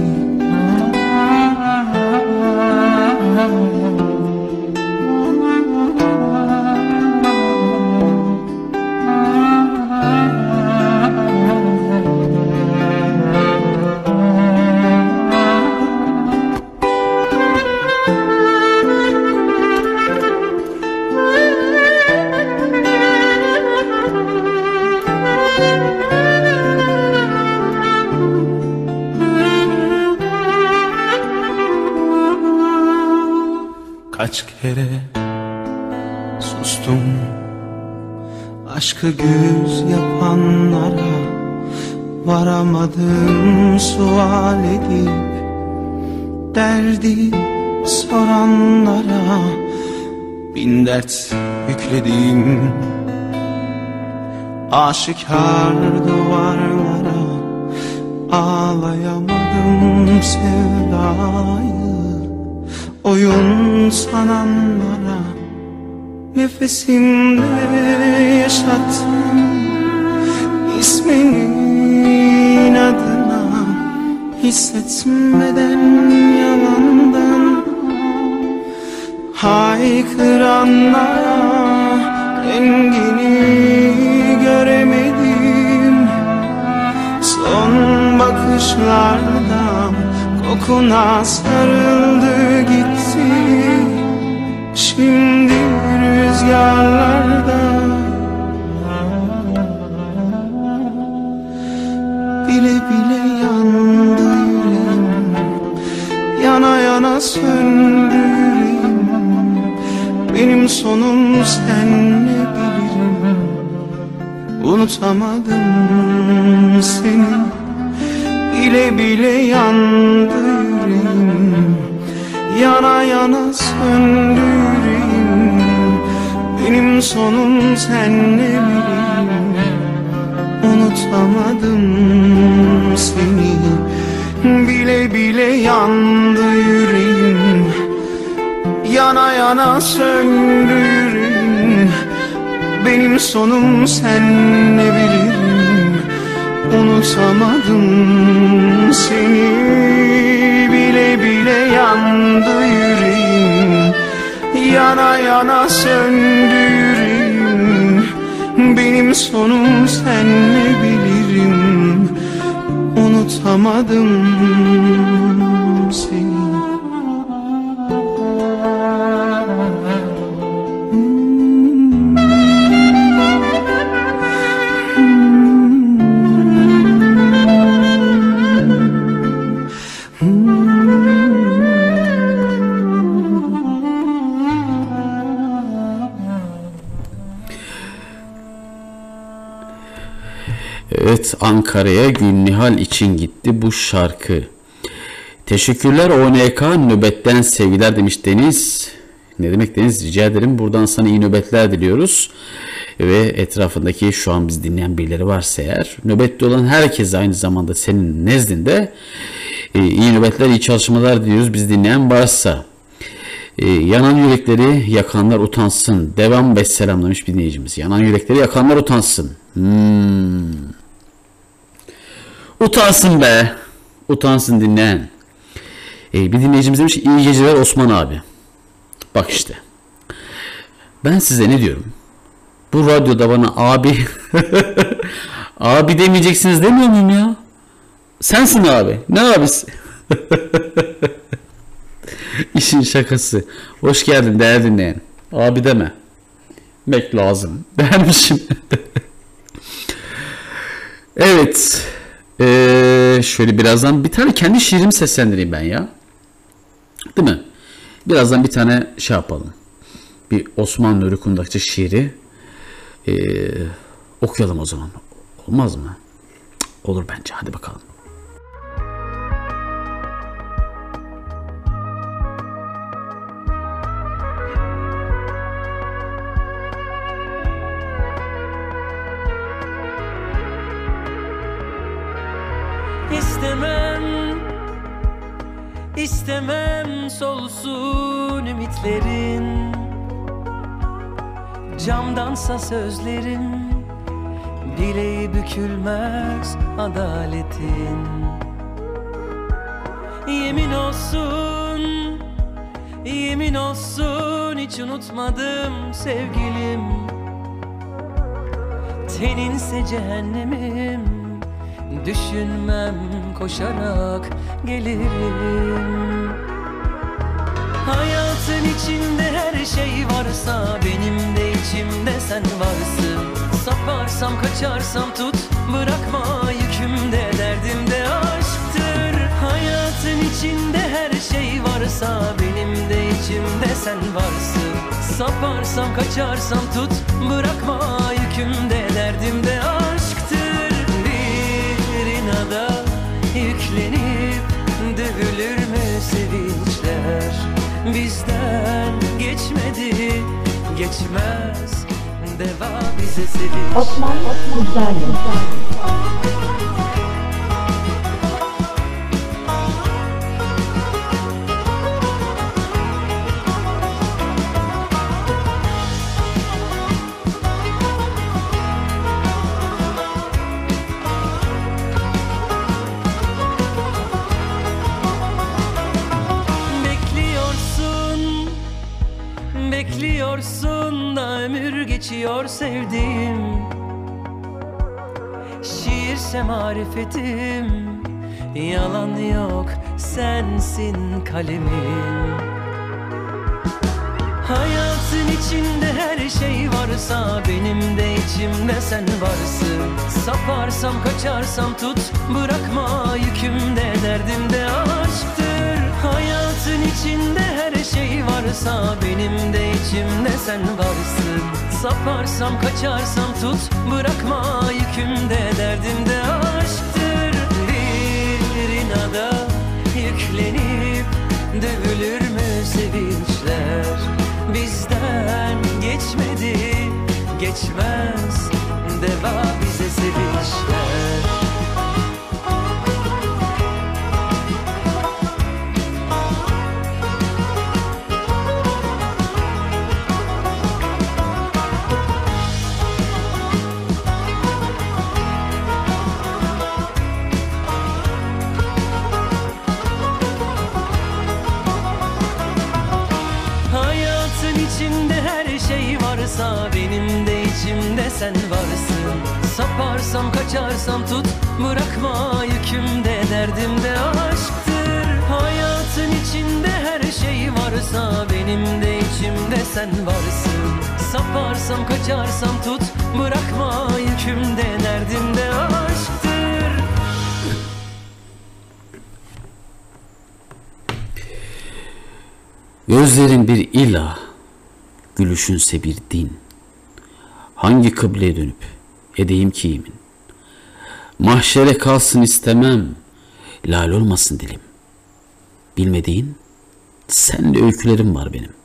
Kaç kere sustum aşkı güz yapanlara, varamadım sual edip derdi soranlara. Bin dert yükledim aşikar duvarlara, ağlayamadım sevdayı oyun sananlara. Nefesimde yaşattım isminin adına, hissetmeden yalandan haykıranlara, rengini göremedim son bakışlarda, kokuna sarıldı gitti şimdi rüzgarlarda. Bile bile yandı yüreğim, yana yana söndü yüreğim. Benim sonum senle bilirim, unutamadım seni. Bile bile yandı yüreğim, yana yana söndü yüreğim. Benim sonum senle bilirim, unutamadım seni. Bile bile yandı yüreğim, yana yana söndü yüreğim. Benim sonum senle bilirim, unutamadım seni. Bile bile yandı yüreğim, yana yana söndü yüreğim. Benim sonum senle bilirim, unutamadım seni. Evet, Ankara'ya Gülnihal için gitti bu şarkı. Teşekkürler O N K, nöbetten sevgiler demiş Deniz. Ne demek Deniz, rica ederim. Buradan sana iyi nöbetler diliyoruz. Ve etrafındaki şu an bizi dinleyen birileri varsa eğer, nöbette olan herkese aynı zamanda senin nezdinde e, iyi nöbetler, iyi çalışmalar diliyoruz bizi dinleyen varsa. E, yanan yürekleri yakanlar utansın. Devam beş selamlamış bir dinleyicimiz. Yanan yürekleri yakanlar utansın. Hmm. Utansın be. utansın dinleyen. Ee, bir dinleyicimiz demiş ki iyi geceler Osman abi. Bak işte. Ben size ne diyorum? Bu radyoda bana abi abi demeyeceksiniz demiyor muyum ya? Sensin abi. Ne abisi? İşin şakası. Hoş geldin değerli dinleyen. Abi deme. Mek lazım. Dermişim. Evet. Ee, şöyle birazdan bir tane kendi şiirimi seslendireyim ben ya. Değil mi? Birazdan bir tane şey yapalım. Bir Osman Nuri Kundakçı şiiri ee, okuyalım o zaman. Olmaz mı? Cık, olur bence. Hadi bakalım. İstemem, istemem solsun ümitlerin, camdansa sözlerim, bileği bükülmez adaletin. Yemin olsun, yemin olsun hiç unutmadım sevgilim, teninse cehennemim. Düşünmem koşarak gelirim. Hayatın içinde her şey varsa benim de içimde sen varsın. Saparsam kaçarsam tut bırakma yükümde derdimde aşktır. Hayatın içinde her şey varsa benim de içimde sen varsın. Saparsam kaçarsam tut bırakma yükümde derdimde aşktır. Da yüklenip dövülür mü sevinçler? Bizden geçmedi, geçmez deva bize sevinç. Osman Kuzlarlı. Bekliyorsun da ömür geçiyor sevdiğim. Şiirse marifetim, yalan yok sensin kalemim. Hayatın içinde her şey varsa benim de içimde sen varsın. Saparsam kaçarsam tut bırakma yükümde derdimde aşktır. Hayatın içinde her şey varsa benim de içimde sen varsın. Saparsam kaçarsam tut bırakma yükümde derdimde aşktır. Bir inada yüklenip dövülür mü sevinçler? Bizden geçmedi, geçmez deva bize sevinçler. Benim de içimde sen varsın. Saparsam kaçarsam tut bırakma yükümde derdimde aşktır. Hayatın içinde her şey varsa benim de içimde sen varsın. Saparsam kaçarsam tut bırakma yükümde derdimde aşktır. Gözlerin bir ilah, gülüşünse bir din. Hangi kıbleye dönüp edeyim ki yemin? Mahşere kalsın istemem, lal olmasın dilim. Bilmediğin senle öykülerim var benim.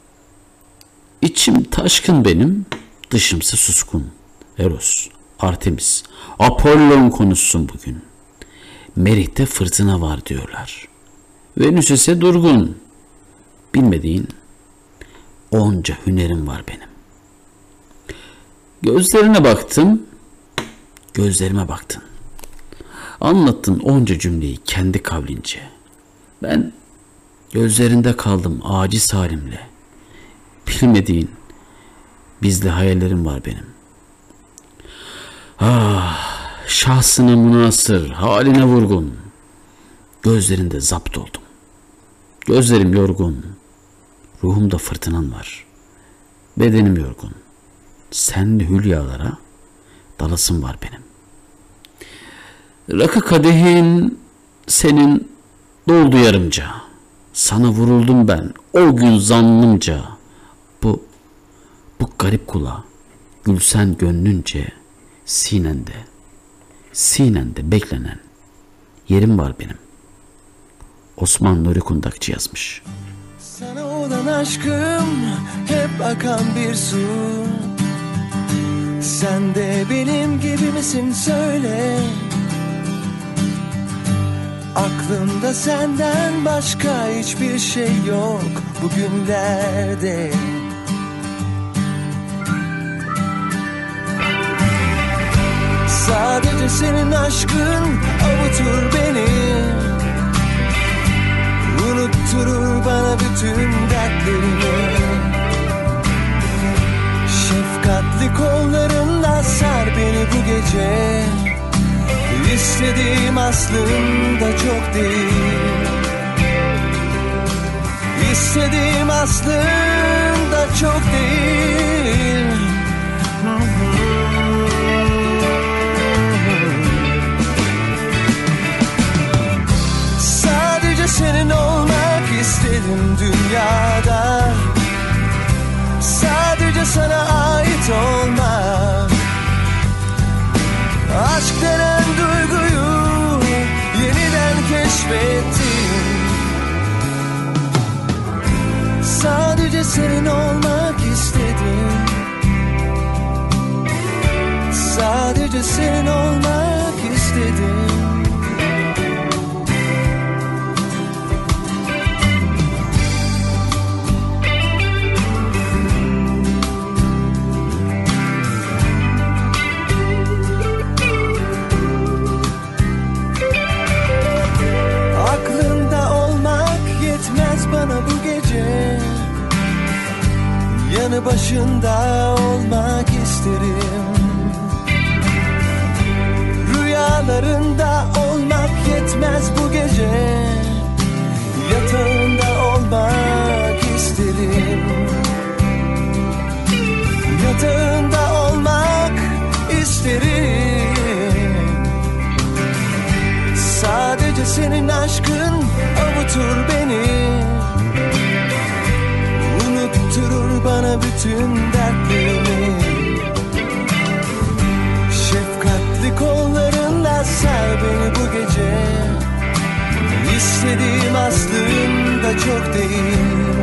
İçim taşkın benim, dışımsa suskun. Eros, Artemis, Apollon konuşsun bugün. Merih'te fırtına var diyorlar. Venüs ise durgun. Bilmediğin onca hünerim var benim. Gözlerine baktım, gözlerime baktın. Anlattın onca cümleyi kendi kavlince. Ben gözlerinde kaldım aciz halimle. Bilmediğin bizli hayallerim var benim. Ah, şahsına münasır, haline vurgun. Gözlerinde zapt oldum. Gözlerim yorgun. Ruhumda fırtınan var. Bedenim yorgun. Senli hülyalara dalasım var benim. Rakı kadehin senin doldu yarımca. Sana vuruldum ben o gün zannımca. Bu, bu garip kula gülsen gönlünce sinende, sinende beklenen yerim var benim. Osman Nuri Kundakçı yazmış. Sana olan aşkım hep akan bir su. Sen de benim gibi misin söyle. Aklımda senden başka hiçbir şey yok bugünlerde. Sadece senin aşkın avutur beni. Unutturur bana bütün dertlerimi. Şefkatli kollarınla sar beni bu gece. İstediğim aslında çok değil. İstediğim aslında çok değil. Sadece senin olmak istedim dünyada. Sadece sana ait olmak. Aşk denen duyguyu yeniden keşfettim. Sadece senin olmak istedim. Sadece senin olmak istedim. Bana bu gece yanı başında olmak isterim. Rüyalarında olmak yetmez bu gece. Yatağında olmak isterim. Yatağında olmak isterim. Sadece senin aşkın avutur beni. Unutturur bana bütün dertlerimi. Şefkatli kollarınla sar beni bu gece. İstediğim aslında çok değil.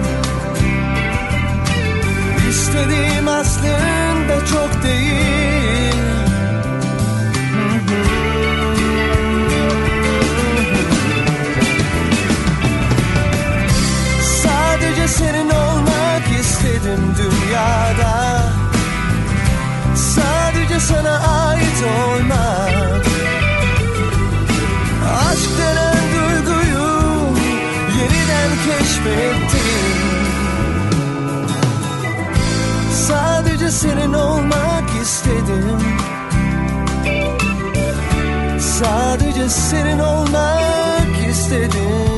İstediğim aslında çok değil. Sadece senin olmak istedim dünyada. Sadece sana ait olmak. Aşk denen duyguyu yeniden keşfettim. Sadece senin olmak istedim. Sadece senin olmak istedim.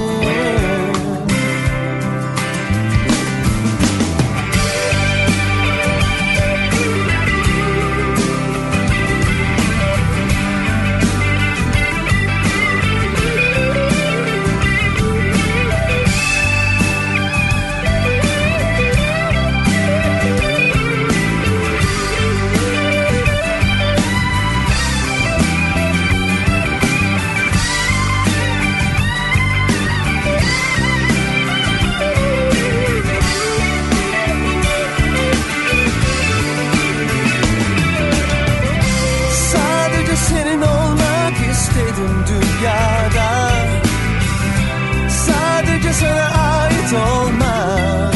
Sadece sana ait olmak.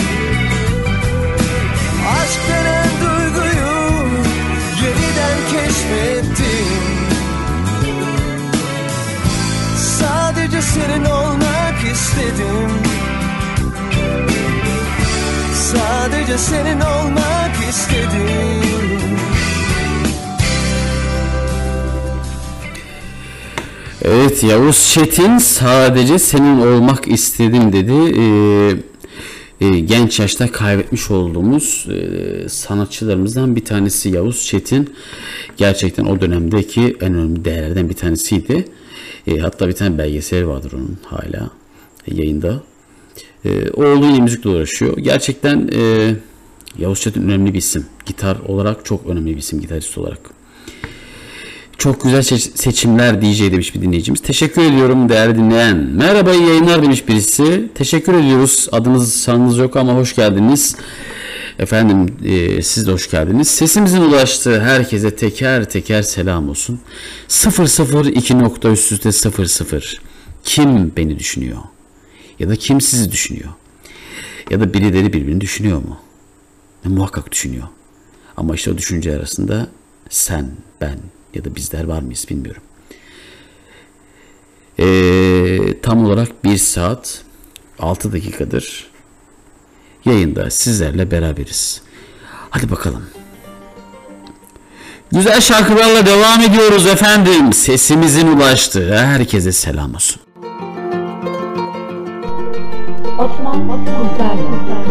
Aşk denen duyguyu yeniden keşfettim. istedim. Sadece senin olmak istedim. Evet, Yavuz Çetin sadece senin olmak istedim dedi. Ee, e, genç yaşta kaybetmiş olduğumuz e, sanatçılarımızdan bir tanesi Yavuz Çetin. Gerçekten o dönemdeki en önemli değerlerden bir tanesiydi. E, hatta bir tane belgesel vardır onun hala e, yayında. E, oğlu yine müzikle uğraşıyor. Gerçekten e, Yavuz Çetin önemli bir isim. Gitar olarak çok önemli bir isim, gitarist olarak. Çok güzel seçimler D J demiş bir dinleyicimiz. Teşekkür ediyorum değerli dinleyen. Merhaba, iyi yayınlar demiş birisi. Teşekkür ediyoruz. Adınız sanınız yok ama hoş geldiniz. Efendim e, siz de hoş geldiniz. Sesimizin ulaştığı herkese teker teker selam olsun. sıfır sıfır iki nokta üst üste sıfır sıfır. Kim beni düşünüyor? Ya da kim sizi düşünüyor? Ya da birileri birbirini düşünüyor mu? E, muhakkak düşünüyor. Ama işte o düşünce arasında sen, ben ya da bizler var mıyız bilmiyorum. Ee, tam olarak bir saat altı dakikadır yayında sizlerle beraberiz. Hadi bakalım. Güzel şarkılarla devam ediyoruz efendim. Sesimizin ulaştığı herkese selam olsun. Osman Kuzlar'la.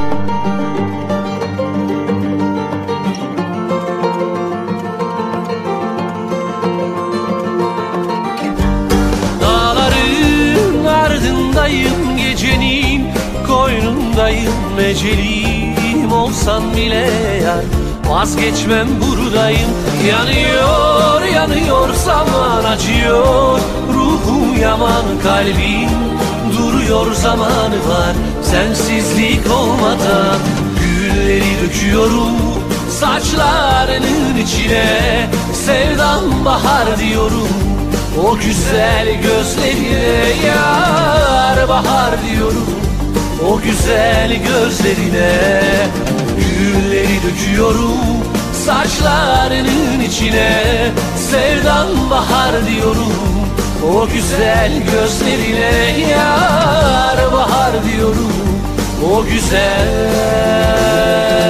Gecenin koynundayım, ecelim olsan bile yar, vazgeçmem buradayım. Yanıyor yanıyor zaman, acıyor ruhum yaman, kalbim duruyor zamanı var. Sensizlik olmadan gülleri döküyorum saçlarının içine, sevdam bahar diyorum o güzel gözlerine, yar bahar diyorum o güzel gözlerine. Gülleri döküyorum saçlarının içine, sevdan bahar diyorum o güzel gözlerine, yar bahar diyorum o güzel.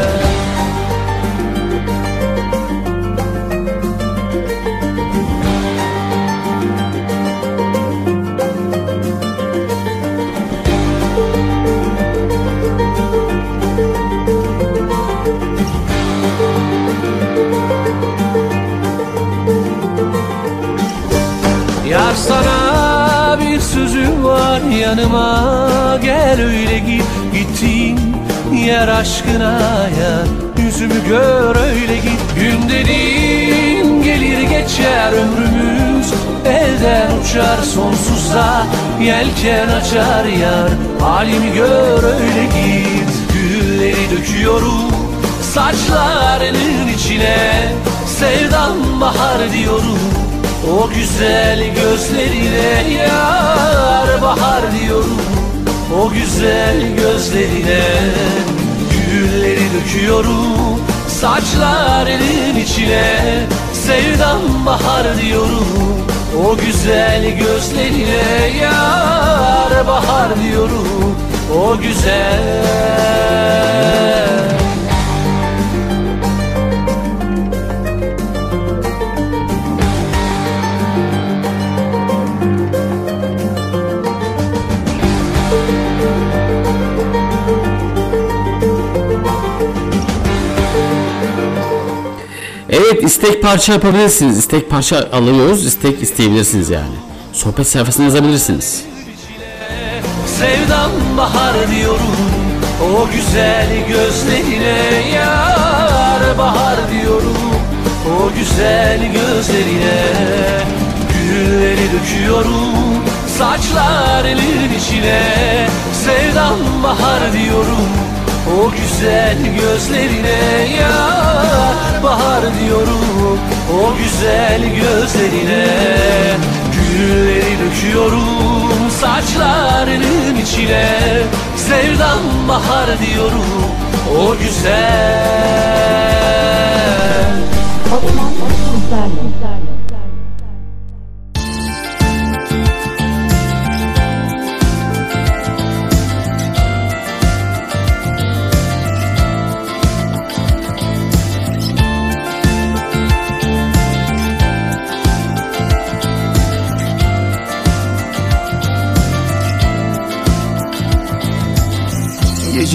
Yar sana bir sözüm var, yanıma gel öyle git. Gittiğin yer aşkına yar, yüzümü gör öyle git. Gün dediğin gelir geçer, ömrümüz elden uçar sonsuza, yelken açar yar, halimi gör öyle git. Gülleri döküyorum saçlarının içine, sevdan bahar diyorum o güzel gözlerine, yar bahar diyorum o güzel gözlerine. Gülleri döküyorum saçlarının içine, sevdam bahar diyorum o güzel gözlerine, yar bahar diyorum o güzel. Evet, istek parça yapabilirsiniz. İstek parça alıyoruz. İstek isteyebilirsiniz yani. Sohbet sayfasına yazabilirsiniz. Sevdam bahar diyorum o güzel gözlerine, yar bahar diyorum o güzel gözlerine. Gülleri döküyorum saçlarının içine, sevdam bahar diyorum o güzel gözlerine, yar bahar diyorum o güzel gözlerine. Gülleri döküyorum saçlarının içine, sevdam bahar diyorum o güzel. Osman Kuzlar'la.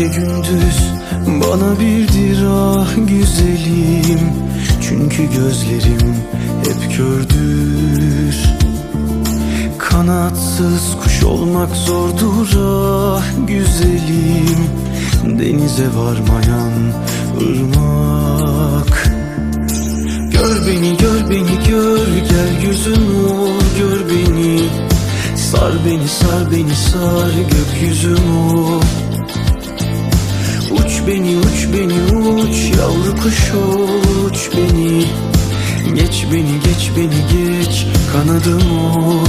Gece gündüz bana birdir ah güzelim. Çünkü gözlerim hep kördür. Kanatsız kuş olmak zordur ah güzelim. Denize varmayan ırmak. Gör beni, gör beni, gör, gel gözüm ol, gör beni. Sar beni, sar beni, sar gökyüzüm ol. Uç beni, uç beni, uç yavru kuş uç beni. Geç beni, geç beni, geç kanadım ol.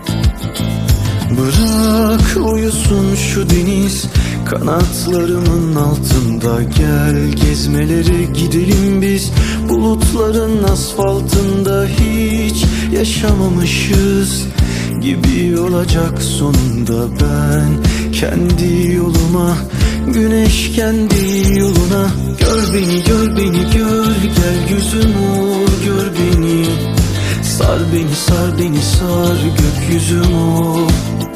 Bırak uyusun şu deniz kanatlarımın altında. Gel gezmelere gidelim biz bulutların asfaltında. Hiç yaşamamışız gibi olacak sonunda. Ben kendi yoluma, güneş kendi yoluna. Gör beni, gör beni, gör, gel gözüm ol, gör beni. Sar beni, sar beni, sar gökyüzüm ol.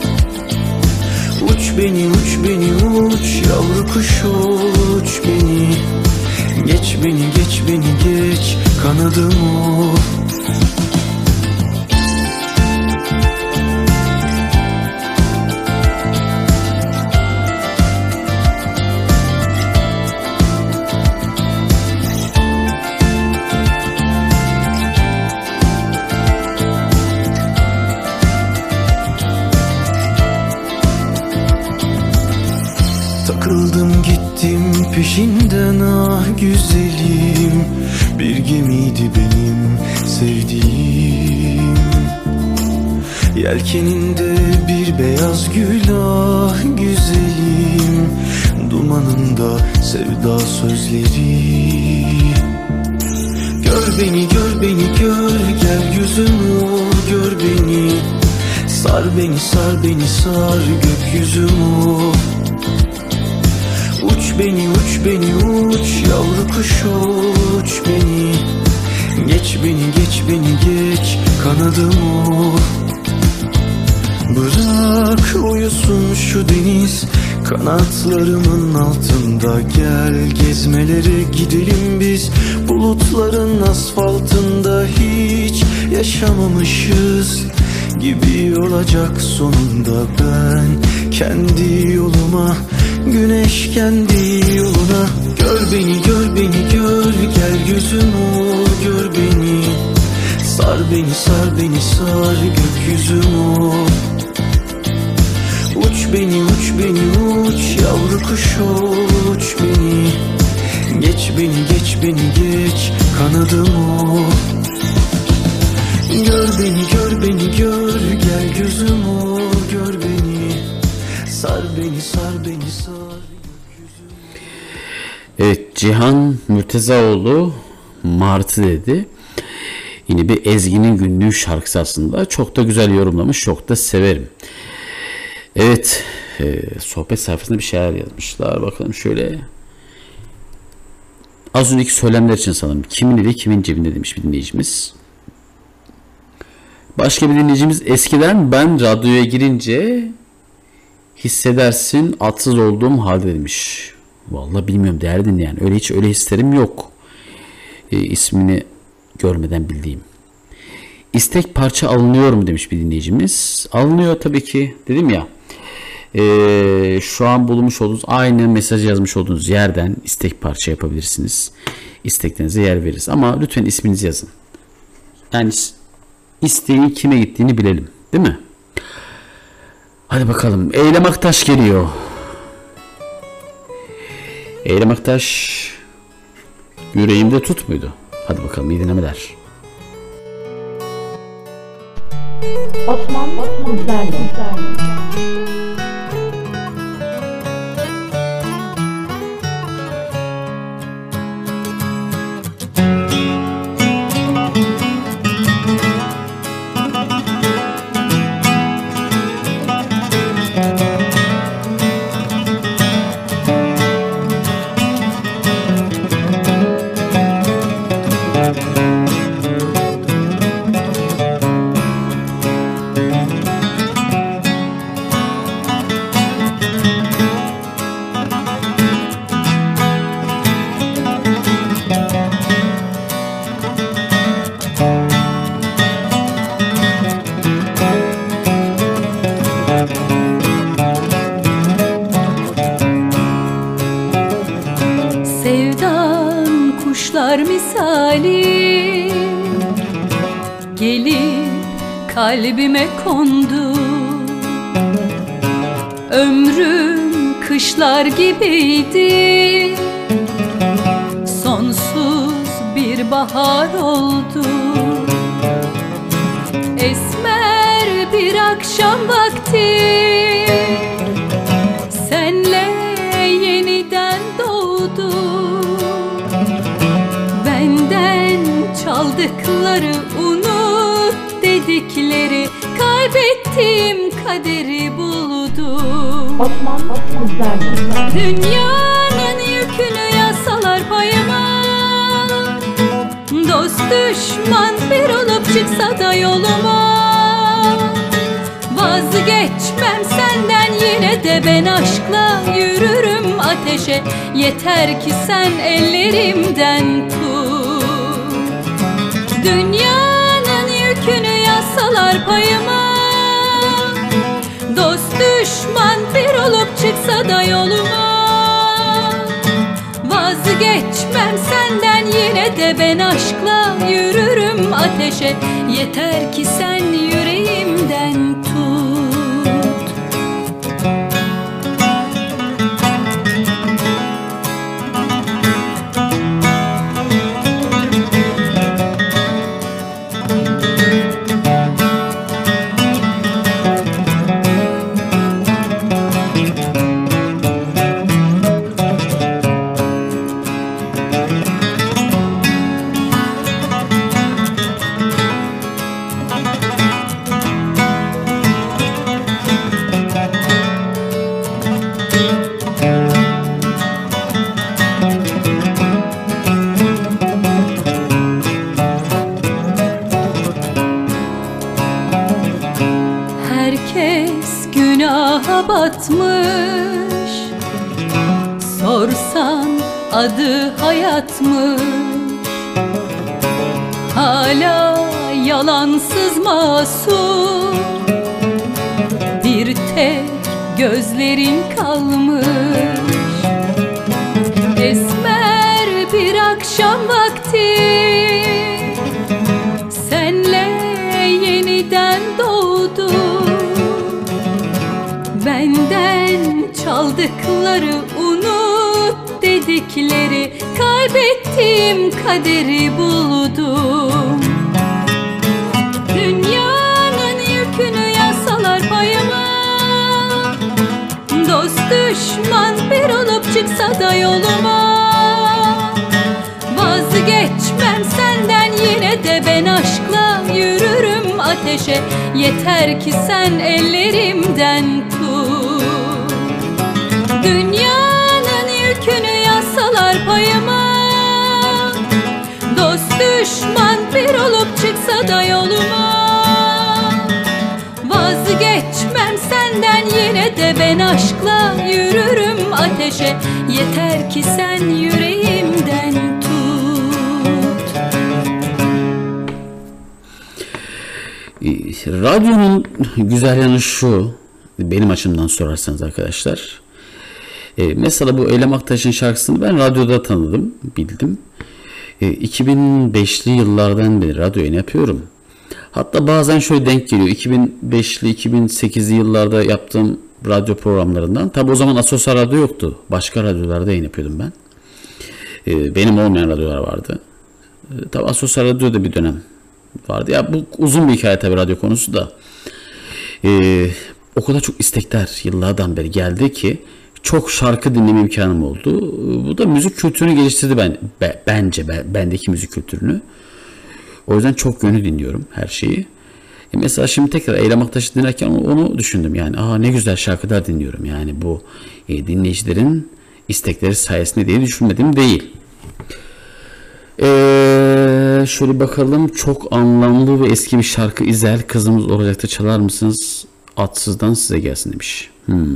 Uç beni, uç beni, uç yavru kuş uç beni. Geç beni, geç beni, geç kanadım ol. Takıldım gittim peşinden ah güzelim. Bir gemiydi benim sevdiğim. Yelkeninde bir beyaz gül ah güzelim. Dumanında sevda sözleri. Gör beni, gör beni, gör, gel gözüm ol, gör beni. Sar beni, sar beni, sar gökyüzüm ol. Uç beni, uç beni, uç yavru kuş uç beni. Geç beni, geç beni, geç kanadım ol. Bırak uyusun şu deniz kanatlarımın altında. Gel gezmelere gidelim biz bulutların asfaltında. Hiç yaşamamışız gibi olacak sonunda. Ben kendi yoluma, güneş kendi yoluna. Gör beni, gör beni, gör, gel gözüm ol, gör beni. Sar beni, sar beni, sar gökyüzüm ol. Uç beni, uç beni, uç yavru kuş uç beni. Geç beni, geç beni, geç kanadım ol. Gör beni, gör beni, gör, gel gözüm ol, gör beni. Sar beni, sar beni, sar. Evet, Cihan Mürtezaoğlu Martı dedi. Yine bir Ezgi'nin günlüğü şarkısı aslında. Çok da güzel yorumlamış, çok da severim. Evet, e, sohbet sayfasında bir şeyler yazmışlar. Bakalım şöyle. Az önceki söylemler için sanırım. Kimin eli kimin cebinde demiş bir dinleyicimiz. Başka bir dinleyicimiz, eskiden ben radyoya girince hissedersin atsız olduğum halde demiş. Vallahi bilmiyorum değerli dinleyen. Öyle hiç öyle hislerim yok. E, ismini görmeden bildiğim. İstek parça alınıyor mu demiş bir dinleyicimiz. Alınıyor tabii ki. Dedim ya. E, şu an bulmuş olduğunuz aynı mesaj yazmış olduğunuz yerden istek parça yapabilirsiniz. İsteklerinize yer veririz. Ama lütfen isminizi yazın. Yani isteğin kime gittiğini bilelim. Değil mi? Hadi bakalım. Eylem Aktaş geliyor. Eylem Aktaş yüreğimde tut muydu? Hadi bakalım, iyi dinlemeler. Osman Osman gelip kalbime kondu. Ömrüm kışlar gibiydi, sonsuz bir bahar oldu. Esmer bir akşam vakti senle yeniden doğdu. Benden çaldıkları unut dedikleri, kaybettiğim kaderi buldum. Osman Kuzlar'la Dünyanın yükünü yasalar payıma, dost düşman bir olup çıksa da yoluma. Vazgeçmem senden, yine de ben aşkla yürürüm ateşe. Yeter ki sen ellerimden tut. Dünyanın yükünü yasalar payıma, dost düşman bir olup çıksa da yoluma. Vazgeçmem senden, yine de ben aşkla yürürüm ateşe. Yeter ki sen yüreğimden tut. Herkes günaha batmış, sorsan adı hayatmış. Hala yalansız masum bir tek gözlerin kalmış. Esmer bir akşam vakti senle yeniden doğdu. Benden çaldıkları unut dedikleri, kaybettiğim kaderi buldum. Dünyanın yükünü yasalar payıma, dost düşman bir olup çıksa da yoluma. Vazgeçmem senden, yine de ben aşkla yürürüm ateşe. Yeter ki sen ellerimden tut. Dünyanın yükünü yasalar payıma, dost düşman bir olup çıksa da yoluma. Vazgeçmem senden, yine de ben aşkla yürürüm ateşe. Yeter ki sen yüreğimden tut. Radyonun güzel yanı şu, benim açımdan sorarsanız arkadaşlar. E, mesela bu Eylem Aktaş'ın şarkısını ben radyoda tanıdım, bildim. E, iki bin beşli yıllardan beri radyo yayını yapıyorum. Hatta bazen şöyle denk geliyor. iki bin beşli iki bin sekizli yıllarda yaptığım radyo programlarından. Tabi o zaman Asosyal Radyo yoktu. Başka radyolarda yayın yapıyordum ben. E, benim olmayan radyolar vardı. E, tabi Asosyal Radyo'da bir dönem vardı. Ya bu uzun bir hikaye tabi, radyo konusu da. Ee, o kadar çok istekler yıllardan beri geldi ki çok şarkı dinleme imkanım oldu. Bu da müzik kültürünü geliştirdi ben, be, bence ben, bendeki müzik kültürünü. O yüzden çok yönlü dinliyorum her şeyi. E mesela şimdi tekrar Eylem Aktaş'ı dinlerken onu, onu düşündüm yani. Aa ne güzel şarkılar dinliyorum yani bu e, dinleyicilerin istekleri sayesinde diye düşünmedim değil. Ee, şöyle bakalım, çok anlamlı ve eski bir şarkı İzel kızımız olacaktı, çalar mısınız? Atsız'dan size gelsin demiş. Hmm.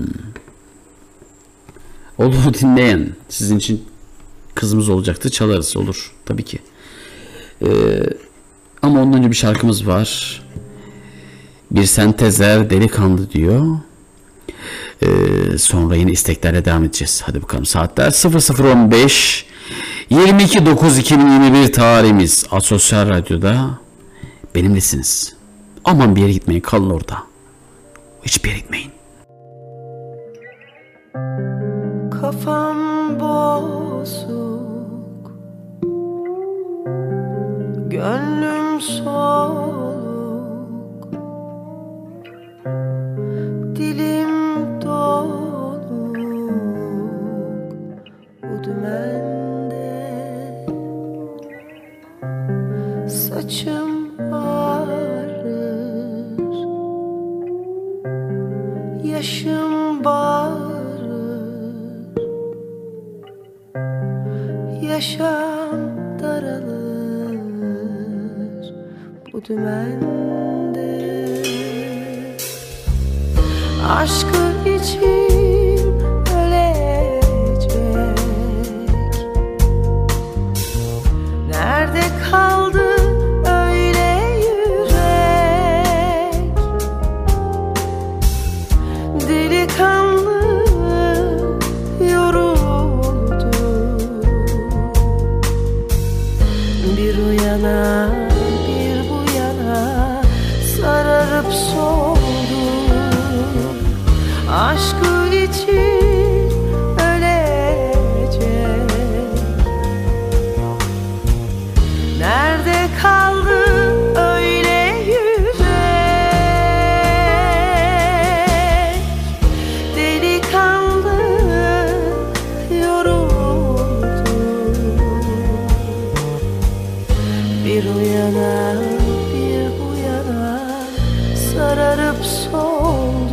Olur, dinleyen sizin için kızımız olacaktı, çalarız, olur tabii ki. Ee, ama ondan önce bir şarkımız var. Bir sentezer delikanlı diyor. Ee, sonra yine isteklerle devam edeceğiz. Hadi bakalım, saatler sıfır sıfır on beş. yirmi iki dokuz iki bin yirmi bir tarihimiz. Asosyal Radyo'da benimlesiniz. Aman bir yere gitmeyin, kalın orada. Hiçbir yere gitmeyin. Kafam bozuk, gönlüm soğuk, dilim doluk bu dümende, saçım ağrır, yaşım bağırır, yaşam daralır bu dümende. Aşkı için ölecek, nerede kaldı öyle yürek? Delikanlı yoruldu, bir uyana bir bu yana sararıp soldu. Aşkı için ölecek, nerede kaldı öyle yürek? Delikanlı yoruldu, bir uyana bir bu yana sararıp soldu.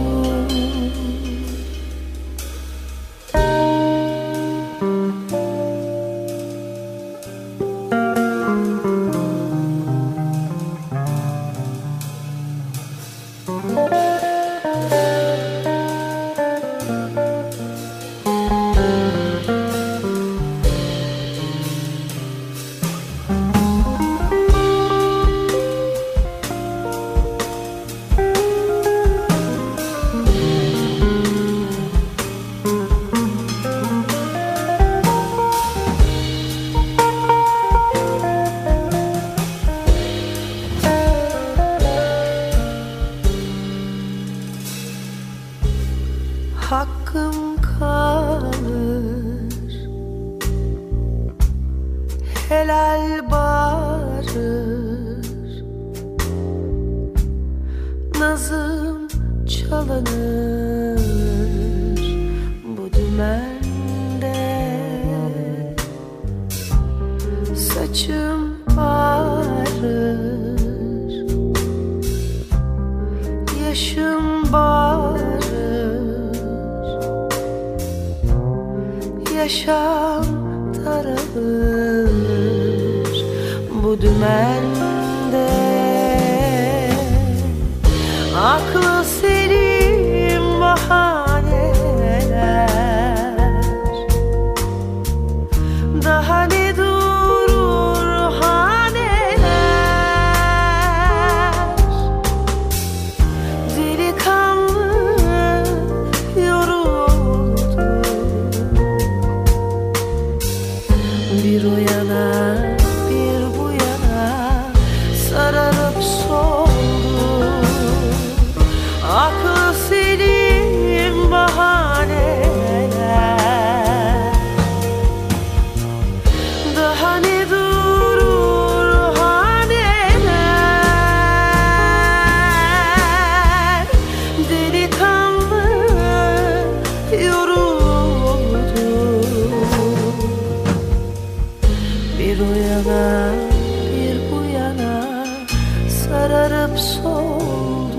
Hakkım kalır, helal bağırır, nazım çalınır bu dümende. Saçım ağrır, yaşım bağırır, yaşam daralır bu dümende. Aklı selim bahaneler, daha ne durur haneler? Delikanlı yoruldu, bir o yana bir bu yana sararıp soldu. Aklı selim bahaneler, daha ne durur haneler? Delikanlı yoruldu, bir o yana bir bu yana sararıp soldu.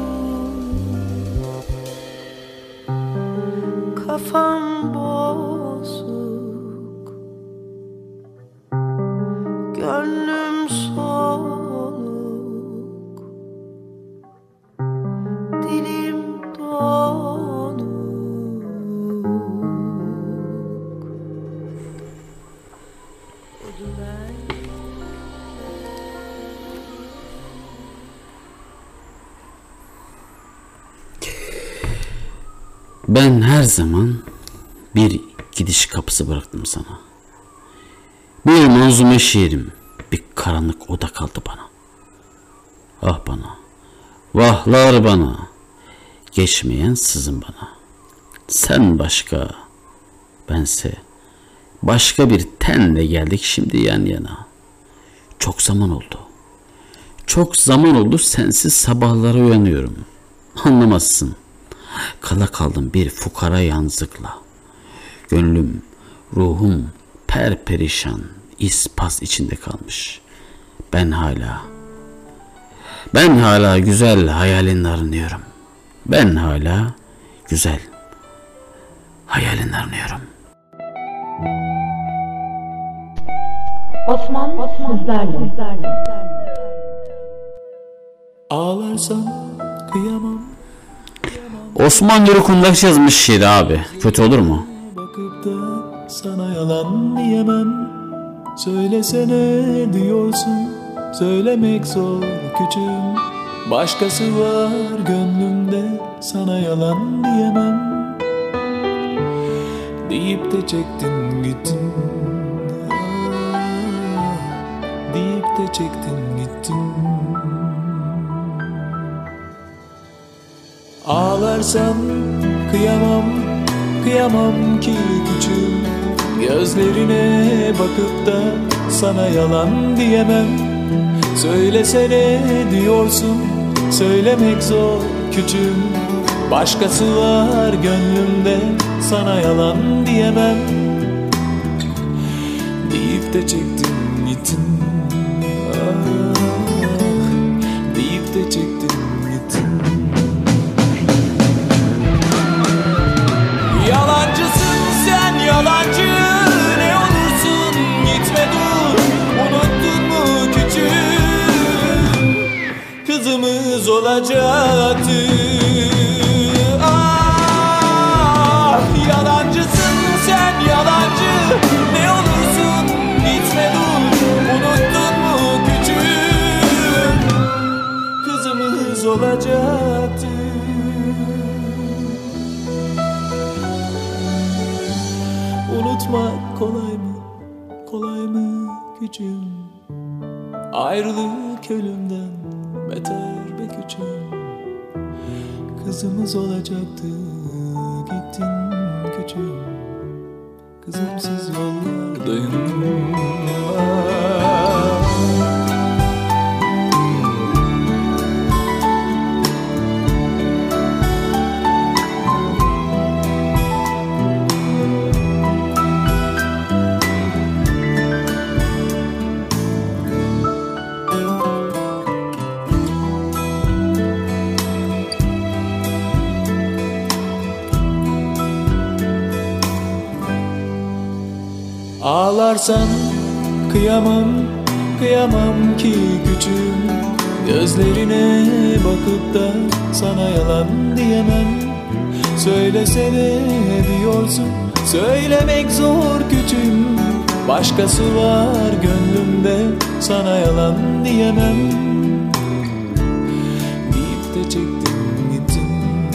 Kafam bozuk, gönlüm soluk, dilim donuk. Ben her zaman bir gidiş kapısı bıraktım sana. Bir manzume şiirim, bir karanlık oda kaldı bana. Ah bana, vahlar bana, geçmeyen sızın bana. Sen başka, bense başka bir tenle geldik şimdi yan yana. Çok zaman oldu. Çok zaman oldu sensiz sabahlara uyanıyorum. Anlamazsın. Kala kaldım bir fukara yalnızlıkla. Gönlüm, ruhum perperişan, ispas içinde kalmış. Ben hala, ben hala güzel hayalini arınıyorum. Ben hala güzel hayalini arınıyorum. Osman, Osman sizlerle. Ağlarsam kıyamam. Osman Nuri Kundak yazmış şiiri abi. Kötü olur mu? Bakıp da sana yalan diyemem. Söylesene diyorsun, söylemek zor küçüğüm. Başkası var gönlümde, sana yalan diyemem. Deyip de çektin gittin, ah, deyip de çektin gittin. Ağlarsam kıyamam, kıyamam ki küçüğüm. Gözlerine bakıp da sana yalan diyemem. Söylesene diyorsun, söylemek zor küçüğüm. Başkası var gönlümde, sana yalan diyemem. Deyip de çektin gittin, ah, deyip de çektin gittin. Yalancısın sen yalancı, ne olursun gitme dur. Unuttun mu küçüğüm, kızımız olacaktı. Ah, yalancısın sen yalancı, ne olursun gitme dur. Unuttun mu küçüğüm, kızımız olacaktı. Unutmak kolay mı, kolay mı küçüğüm? Ayrılık ölümden beter be küçüğüm. Kızımız olacaktı, gittin küçüğüm. Kızımsız yollardayım. Ağlarsan kıyamam, kıyamam ki küçüğüm. Gözlerine bakıp da sana yalan diyemem. Söylesene diyorsun, söylemek zor küçüğüm. Başkası var gönlümde, sana yalan diyemem. Deyip de çektin gittin,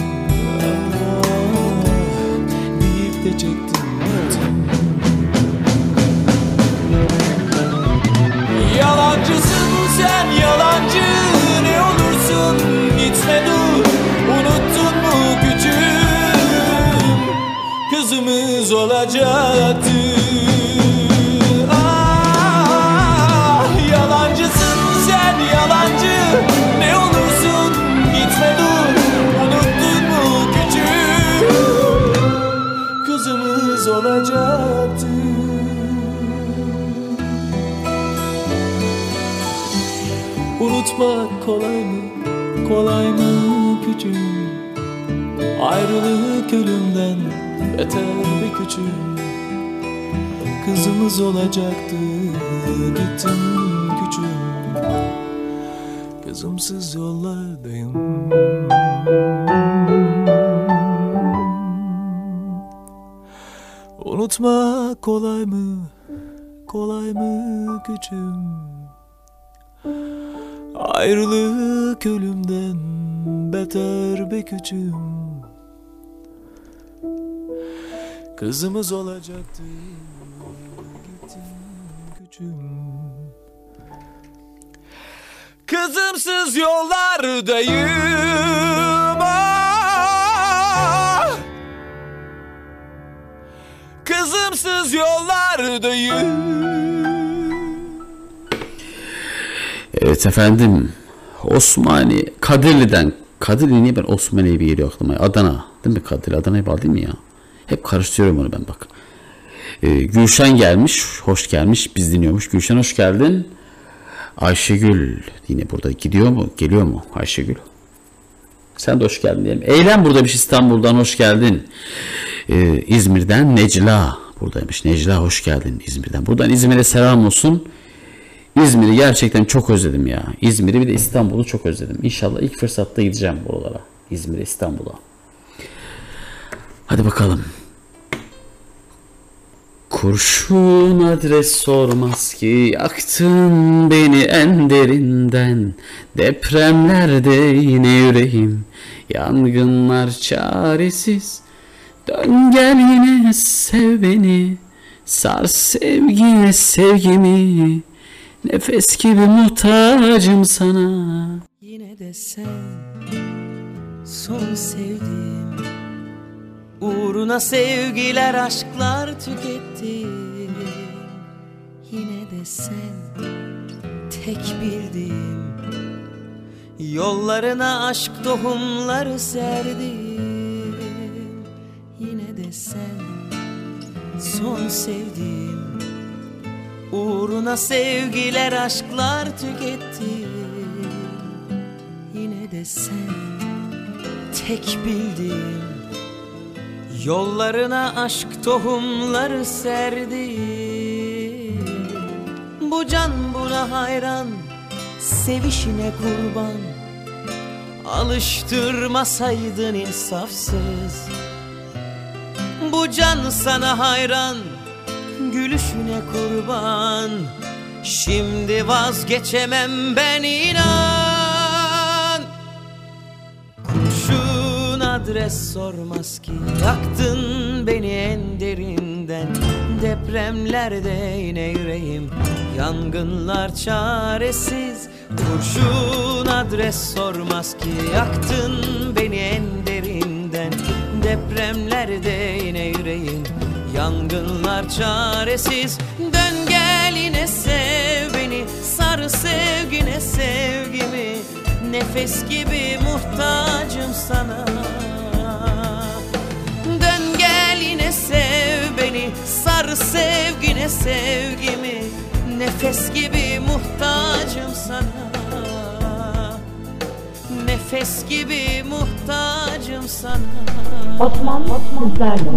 ah, deyip de çektin gittin. Yalancısın sen yalancı, ne olursun gitme dur. Unuttun mu küçüğüm, kızımız olacaktı. Ah, yalancısın sen yalancı, ne olursun gitme dur. Unuttun mu küçüğüm, kızımız olacaktı. Unutmak kolay mı, kolay mı küçüğüm? Ayrılık ölümden beter bir küçüğüm. Kızımız olacaktı, gittin küçüğüm. Kızımsız yollardayım. Unutmak kolay mı, kolay mı küçüğüm? Ayrılık ölümden beter be küçüğüm. Kızımız olacaktı, gittin küçüğüm. Kızımız Kızımsız yollardayım ah. Kızımsız yollardayım. Evet efendim, Osmani Kadirli'den, Kadirli niye ben Osmaniye bir geliyor aklıma, Adana değil mi, Kadirli Adana'ya bağlı değil mi ya, hep karıştırıyorum onu ben bak. ee, Gülşen gelmiş, hoş gelmiş, biz dinliyormuş. Gülşen hoş geldin. Ayşegül yine burada, gidiyor mu geliyor mu Ayşegül, sen de hoş geldin diyelim. Eylem buradaymış, İstanbul'dan hoş geldin. ee, İzmir'den Necla buradaymış, Necla hoş geldin İzmir'den. Buradan İzmir'e selam olsun. İzmir'i gerçekten çok özledim ya. İzmir'i bir de İstanbul'u çok özledim. İnşallah ilk fırsatta gideceğim buralara. İzmir'e, İstanbul'a. Hadi bakalım. Kurşun adres sormaz ki, yaktın beni en derinden. Depremlerde yine yüreğim, yangınlar çaresiz. Dön gel yine sev beni, sar sevgine sevgimi. Nefes gibi muhtacım sana. Yine de sen son sevdiğim, uğruna sevgiler aşklar tükettim. Yine de sen tek bildiğim, yollarına aşk tohumları serdim. Yine de sen son sevdiğim, uğruna sevgiler aşklar tükettim. Yine de sen tek bildiğim, yollarına aşk tohumları serdim. Bu can buna hayran, sevişine kurban. Alıştırmasaydın insafsız. Bu can sana hayran, gülüşüne kurban. Şimdi vazgeçemem ben inan. Kurşun adres sormaz ki, yaktın beni en derinden. Depremlerde yine yüreğim, yangınlar çaresiz. Kurşun adres sormaz ki, yaktın beni en derinden. Depremlerde yine yüreğim, yangınlar çaresiz. Dön gel yine sev beni, sar sevgine sevgimi. Nefes gibi muhtacım sana. Dön gel yine sev beni, sar sevgine sevgimi. Nefes gibi muhtacım sana. Nefes gibi muhtacım sana. Osman sizlerle.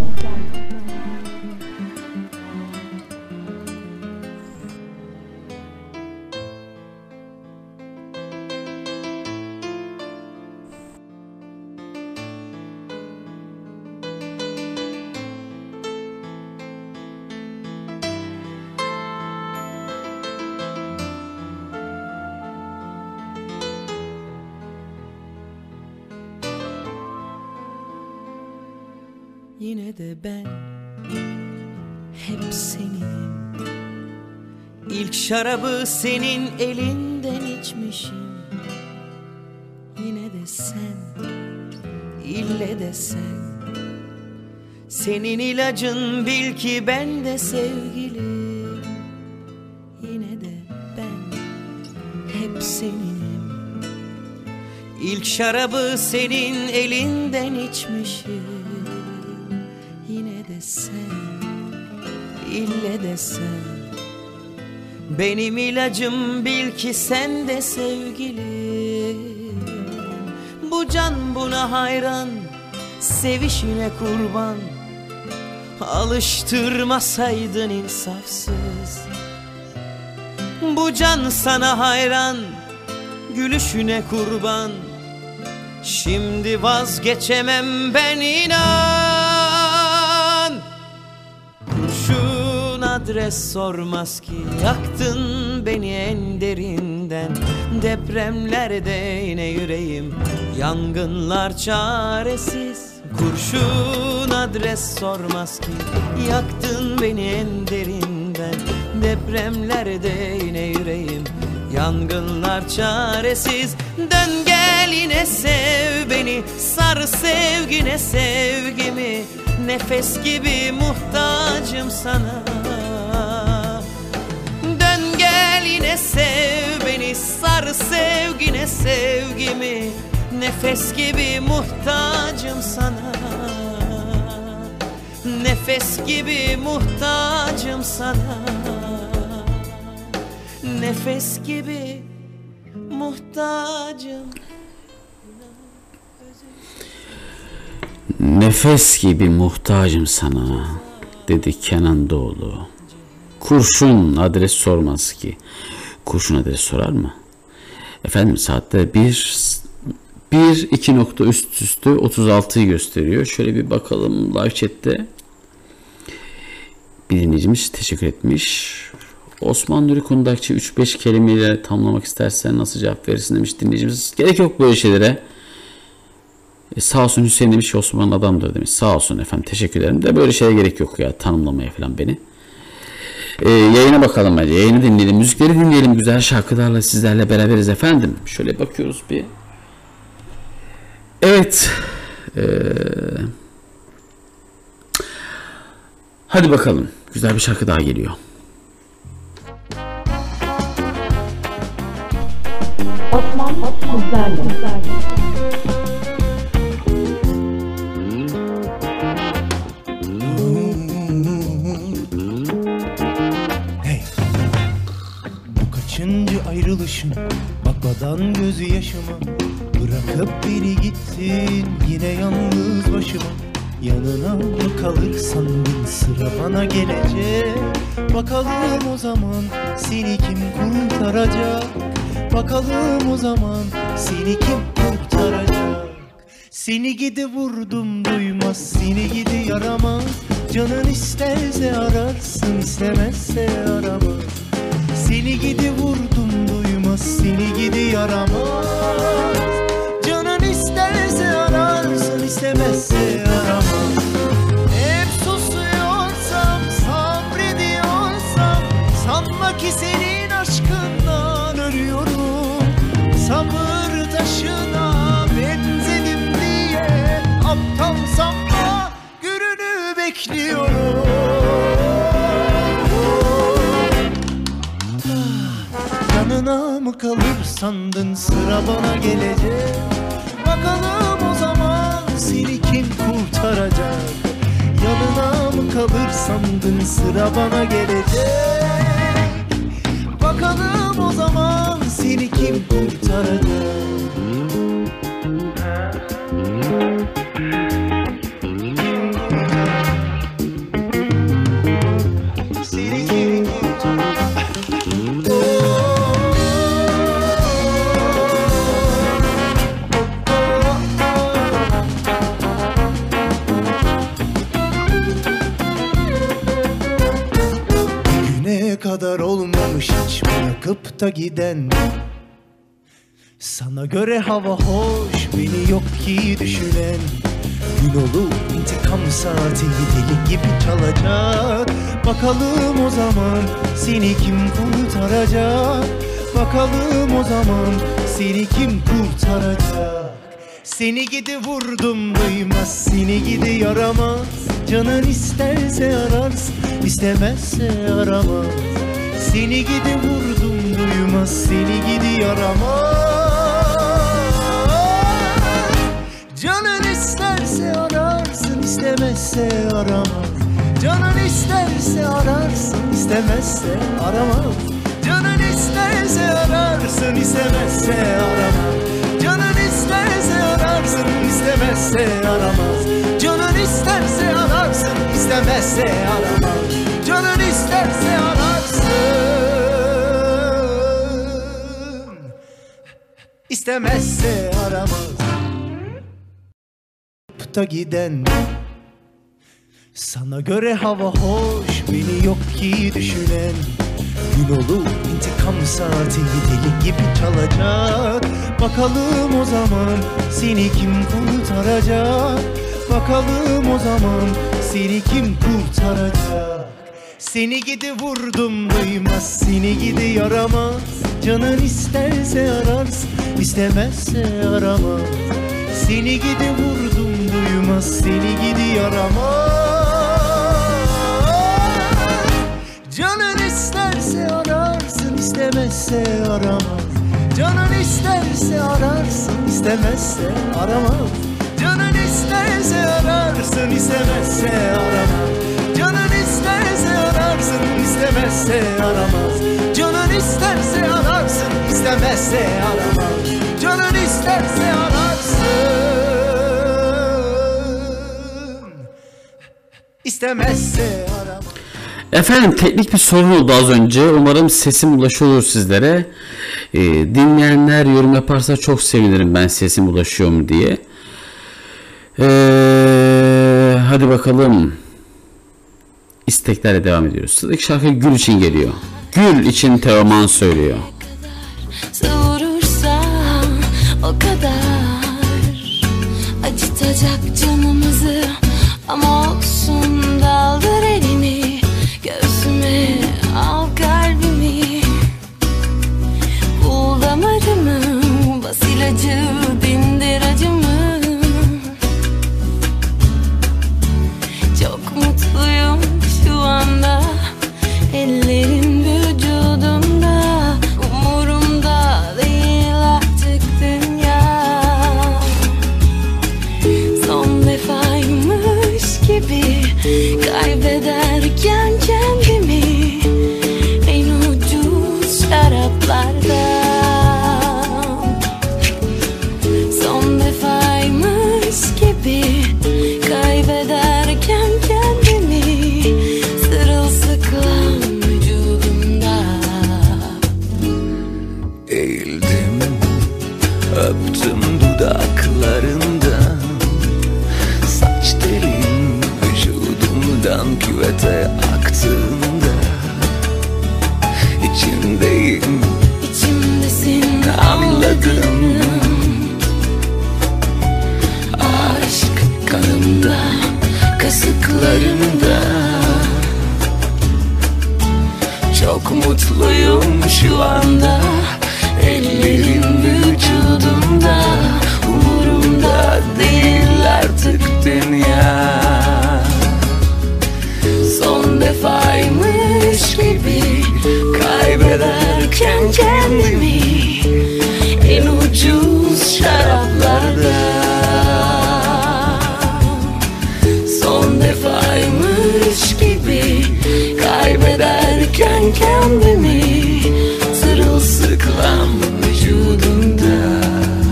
Yine de ben hep seninim. İlk şarabı senin elinden içmişim. Yine de sen, ille de sen. Senin ilacın bil ki ben de sevgilim. Yine de ben hep seninim. İlk şarabı senin elinden içmişim. Yine de sen, ille de sen. Benim ilacım bil ki sen de sevgilim. Bu can buna hayran, sevişine kurban. Alıştırmasaydın insafsız. Bu can sana hayran, gülüşüne kurban. Şimdi vazgeçemem ben inan. Kurşun adres sormaz ki, yaktın beni en derinden. Depremlerde yine yüreğim, yangınlar çaresiz. Kurşun adres sormaz ki, yaktın beni en derinden. Depremlerde yine yüreğim, Yangınlar çaresiz. Dön gel yine sev beni, sar sevgine sevgimi. Nefes gibi muhtacım sana. Dön gel yine sev beni, sar sevgine sevgimi. Nefes gibi muhtacım sana. Nefes gibi muhtacım sana. Nefes gibi muhtacım. Nefes gibi muhtacım sana, dedi Kenan Doğulu. Kurşun adres sormaz ki. Kurşun adres sorar mı? Efendim saatte bir, bir iki nokta üst üste otuz altıyı gösteriyor. Şöyle bir bakalım live chatte. Bir dinleyicimiz teşekkür etmiş. Osman Nuri Kundakçı üç beş kelimeyle tamamlamak istersen nasıl cevap verirsin demiş dinleyicimiz. Gerek yok böyle şeylere. E, sağ olsun Hüseyin demiş, Osman adamdır demiş. Sağ olsun efendim, teşekkür ederim de böyle şeye gerek yok ya, tanımlamaya falan beni. E, yayına bakalım bence. Yayını dinleyelim, müzikleri dinleyelim, güzel şarkılarla sizlerle beraberiz efendim. Şöyle bakıyoruz bir. Evet. Ee, hadi bakalım. Güzel bir şarkı daha geliyor. Osman sizlerle. Hey. Bu kaçıncı ayrılışım, bakmadan gözü yaşıma. Bırakıp biri gittin yine yalnız başıma. Yanına mı kalır sandın, sıra bana gelecek. Bakalım o zaman seni kim kurtaracak? Bakalım o zaman seni kim kurtaracak? Seni gidi vurdum duymaz, seni gidi yaramaz. Canın isterse ararsın, istemezse aramaz. Seni gidi vurdum duymaz, seni gidi yaramaz. Canın isterse ararsın, istemezse aramaz. Hep susuyorsam, sabrediyorsam, sanma ki senin aşkından ölüyorum. Sabır taşına benzedim diye aptal sanma, gününü bekliyorum. Yanına mı kalır sandın, sıra bana gelecek. Bakalım o zaman seni kim kurtaracak? Yanına mı kalır sandın, sıra bana gelecek. Bakalım o zaman seni kim kurtaracak? Seni kim kurtaracak? Güne kadar olmamış hiç bırakıp da giden. Sana göre hava hoş, beni yok ki düşünen. Gün olur intikam saati deli gibi çalacak. Bakalım o zaman seni kim kurtaracak? Bakalım o zaman seni kim kurtaracak? Seni gidi vurdum duymaz, seni gidi yaramaz. Canın isterse ararsın, istemezse aramaz. Seni gidi vurdum duymaz, seni gidi yaramaz. Canın isterse ararsın, istemezse aramaz. Canın isterse ararsın, istemezse aramaz. Canın isterse ararsın, istemezse aramaz. Canın isterse ararsın, istemezse aramaz. Canın isterse ararsın, istemezse aramaz. Canın isterse ararsın, istemezse aramaz. Da giden. Sana göre hava hoş, beni yok ki düşünen. Gün olur intikam saati deli gibi çalacak. Bakalım o zaman seni kim kurtaracak? Bakalım o zaman seni kim kurtaracak? Seni gidi vurdum duymaz, seni gidi yaramaz. Canın isterse ararsın, istemezse aramaz. Seni gidi vurdum duymaz, seni gidi yaramaz. Canın isterse ararsın, istemezse aramaz. Canın isterse ararsın, istemezse aramaz. Canın isterse ararsın, istemezse aramaz. Canın isterse ararsın, istemezse aramaz. Canın isterse ararsın, istemezse aramaz. Canın isterse ararsın, istemezse aramaz. Efendim teknik bir sorun oldu az önce. Umarım sesim ulaşıyor sizlere. Ee, dinleyenler yorum yaparsa çok sevinirim, ben sesim ulaşıyor mu diye. Ee, hadi bakalım. İsteklerle devam ediyoruz. Sıradaki şarkı Gül için geliyor. Gül için Teoman söylüyor. Savurursa o kadar acıtacak canımızı, ama olsun daldır elini göğsüme, al kalbimi. Bul damarımı, bas ilacı, dindir acımı. Çok mutluyum şu anda, ellerin vücudumda. Umurumda değil artık dünya. Son defaymış gibi kaybederken kendimi en ucuz şaraplarda. Son defaymış gibi kaybederken kendimi sırılsıklam vücudumda. Eğildim, öptüm dudaklarından, saç telin vücudumdan küvete aktığında. İçindeyim, İçimdesin, anladım. Aşk kanımda, kasıklarımda. Çok mutluyum şu anda, ellerin vücudumda. Umurumda değil artık dünya. Son defaymış gibi kaybederken kendimi en ucuz şaraplarda. Son defaymış gibi kaybederken kendimi sırılsıklam vücudumda.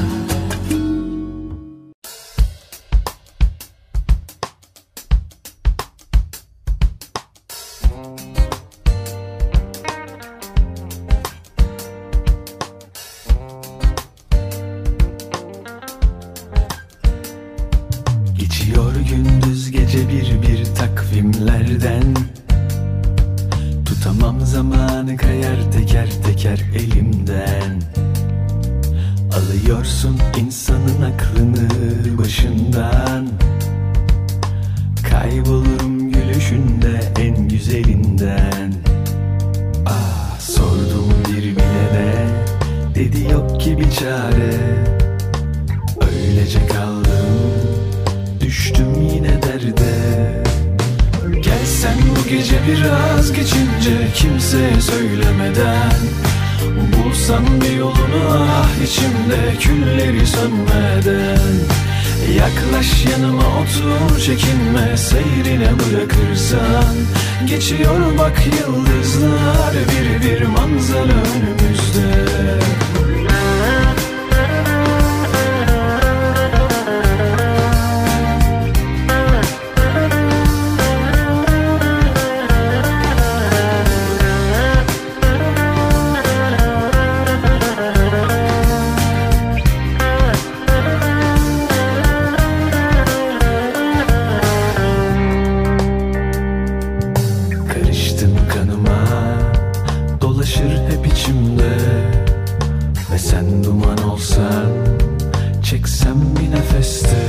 Geçiyor gündüz gece bir bir takvimlerden. Tutamam zamanı, kayar teker teker elimden. Alıyorsun insanın aklını başından. Kaybolurum gülüşünde en güzelinden. Ah, sordum bir bilene, dedi yok ki bir çare. Öylece kaldım, düştüm yine derde. Gelsen bu gece biraz geçince, kimseye söylemeden. Bulsam bir yolunu, ah içimde külleri sönmeden. Yaklaş yanıma otur, çekinme, seyrine bırakırsan. Geçiyor bak yıldızlar, bir bir manzara önümüzde. Karıştın kanıma, dolaşır hep içimde. Ve sen duman olsan, çeksem bir nefeste.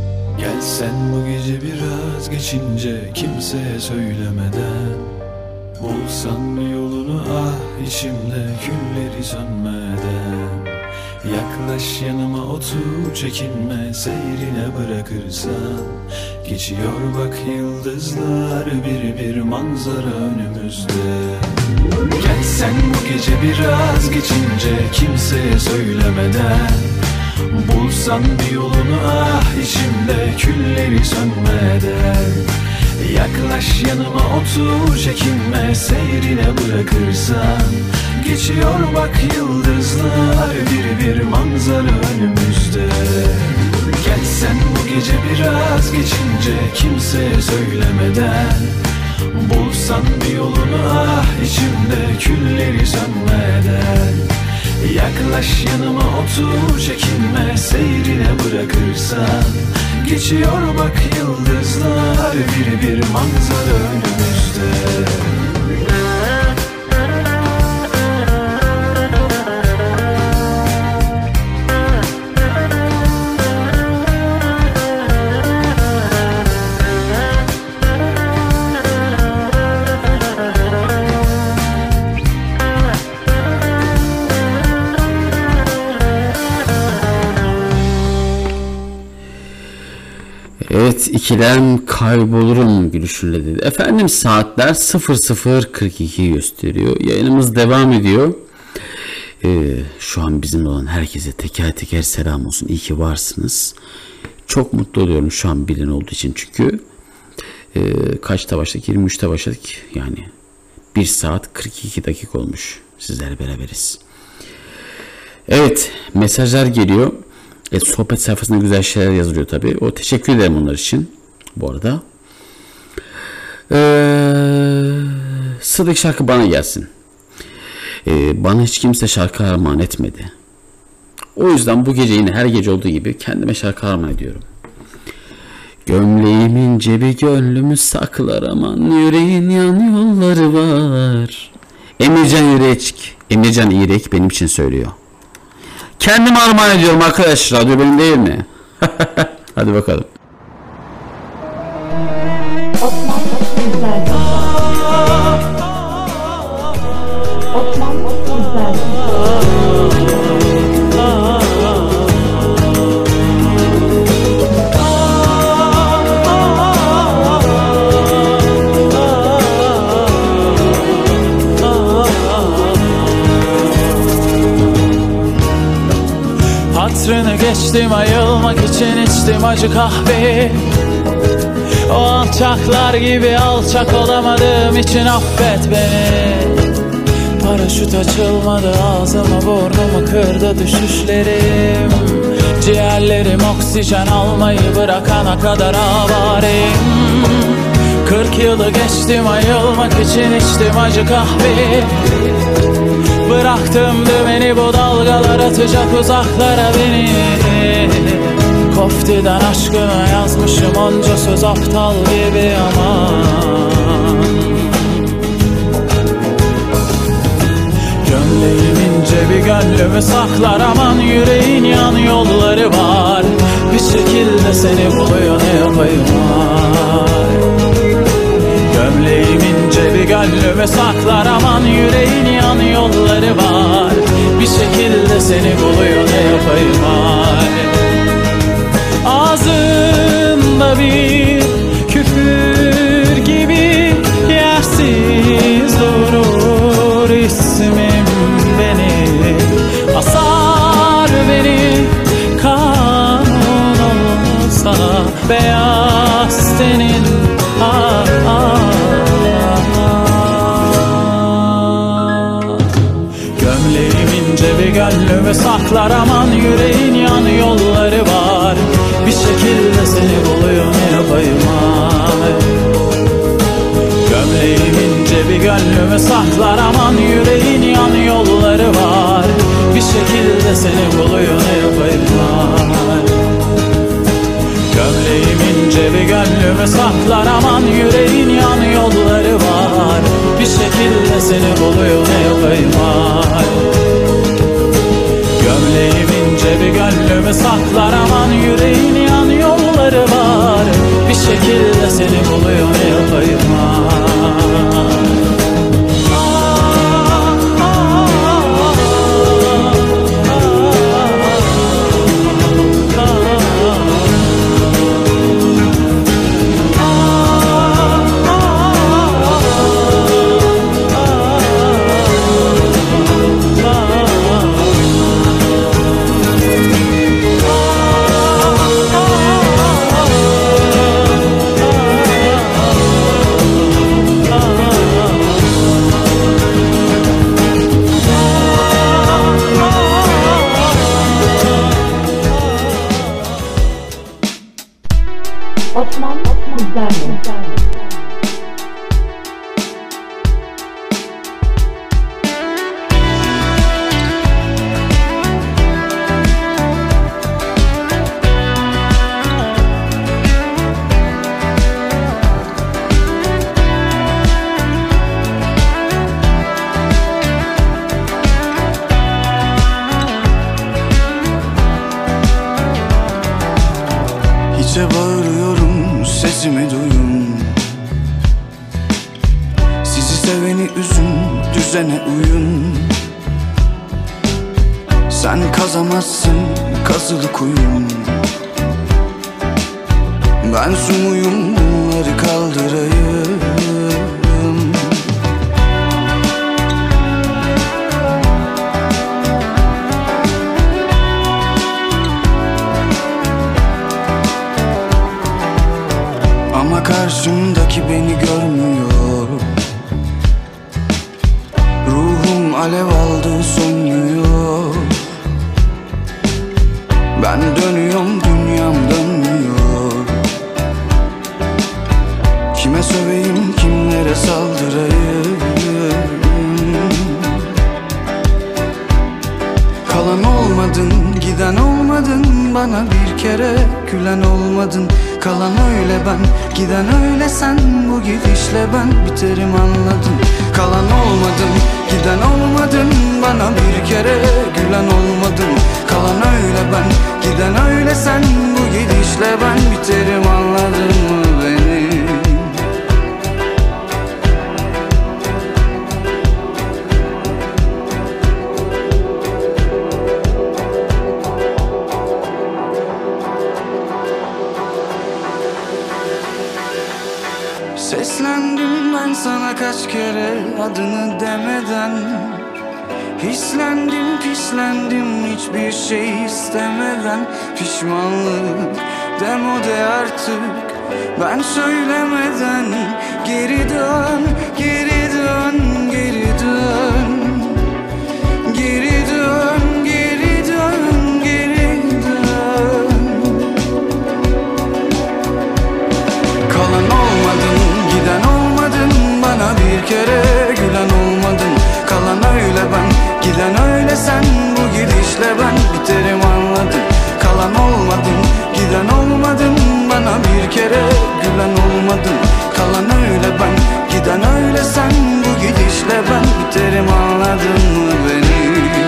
Gelsen bu gece biraz geçince, kimseye söylemeden. Bulsan bir yolunu ah içimde külleri sönmeden. Yaklaş yanıma otur çekinme seyrine bırakırsan. Geçiyor bak yıldızlar bir bir manzara önümüzde. Gel sen bu gece biraz geçince kimseye söylemeden. Bulsan bir yolunu ah içimde külleri sönmeden. Yaklaş yanıma otur çekinme seyrine bırakırsan. Geçiyor bak yıldızlar bir bir manzara önümüzde. Gel sen bu gece biraz geçince kimseye söylemeden. Bulsan bir yolunu ah içimde külleri sönmeden. Yaklaş yanıma otur çekinme seyrine bırakırsan. Geçiyor bak yıldızlar bir bir manzara önümüzde. Evet, ikilem kaybolurum gülüşünle dedi. Efendim saatler sıfır sıfır kırk iki gösteriyor. Yayınımız devam ediyor. Ee, şu an bizimle olan herkese teker teker selam olsun. İyi ki varsınız. Çok mutlu oluyorum şu an bilin olduğu için çünkü. Ee, kaçta başladık? yirmi üçte başladık. Yani bir saat kırk iki dakika olmuş. Sizlerle beraberiz. Evet, mesajlar geliyor. Evet, sohbet sayfasında güzel şeyler yazılıyor tabii. O teşekkür ederim onlar için. Bu arada. Ee, sıradaki şarkı bana gelsin. Ee, bana hiç kimse şarkı armağan etmedi. O yüzden bu gece yine her gece olduğu gibi kendime şarkı armağan ediyorum. Gömleğimin cebi gönlümü saklar aman, yüreğin yan yolları var. Emircan İrek, Emircan İrek benim için söylüyor. Kendime armağan ediyorum arkadaş. Radyo benim değil mi? Hadi bakalım. Osman Güzel. Osman Güzel. Hatrını geçtim, ayılmak için içtim acı kahve. O alçaklar gibi alçak olamadığım için affet beni. Paraşüt açılmadı, ağzımı burnumu kırdı düşüşlerim. Ciğerlerim oksijen almayı bırakana kadar avareyim. Kırk yılı geçtim, ayılmak için içtim acı kahve. Bıraktım dümeni, bu dalgalar atacak uzaklara beni. Koftiden aşkına yazmışım onca söz aptal gibi ama. Gömleğimin cebi gönlümü saklar aman, yüreğin yan yolları var. Bir şekilde seni buluyor ne yapayım var. Gömleğimin cebi gönlümü saklar aman, yüreğin yan yolları var. Bir şekilde seni buluyor ne yapayım var. Ağzında bir küfür gibi yersiz durur ismim beni. Asar beni kanun olsa beyaz tenin ah, ah, ah. Gömleğimin cebi gönlümü saklar aman, yüreğin yan yolları var. Bir şekilde seni buluyor ne yapayım ay. Gömleğimin cebi gönlümü saklar aman, yüreğin yan yolları var. Bir şekilde seni buluyor ne yapayım ay. Gömleğimin cebi gönlümü saklar aman, yüreğin yan yolları var. Bir şekilde seni buluyor ne yapayım ay. Gömleğimin cebi gönlümü saklar aman, yüreğin yan yolları var. Bir şekilde seni buluyor ne yapayım ay. Osman Sizlerle. Hiçe bağırıyorum, sesimi duyun. Sizi seveni üzün, düzene uyun. Sen kazamazsın kazılı kuyun. Ben sumuyum, bunları kaldırayım. Ama karşımdaki beni görmüyor. Ruhum alev aldı, sönmüyor. Ben dönüyorum, dünyam dönmüyor. Kime söveyim, kimlere saldırayım? Kalan olmadın, giden olmadın. Bana bir kere gülen olmadın. Kalan öyle ben, giden öyle sen. Bu gidişle ben biterim anladın. Kalan olmadın, giden olmadın. Bana bir kere gülen olmadın. Kalan öyle ben, giden öyle sen. Bu gidişle ben biterim anladın mı beni? Seslendim ben sana kaç kere adını demeden. Hislendim pislendim hiçbir şey istemeden. Pişmanlık demode artık ben söylemeden. Geri dön, geri dön, geri dön. Geri dön, geri dön, geri dön. Kalan olmadın, giden olmadın. Bana bir kere gülen olmadın. Kalan öyle ben, giden öyle sen. Bu gidişle ben biterim anladın. Kalan olmadın, giden olmadın. Bana bir kere gülen olmadın. Kalan öyle ben, giden öyle sen. Bu gidişle ben biterim anladın mı beni?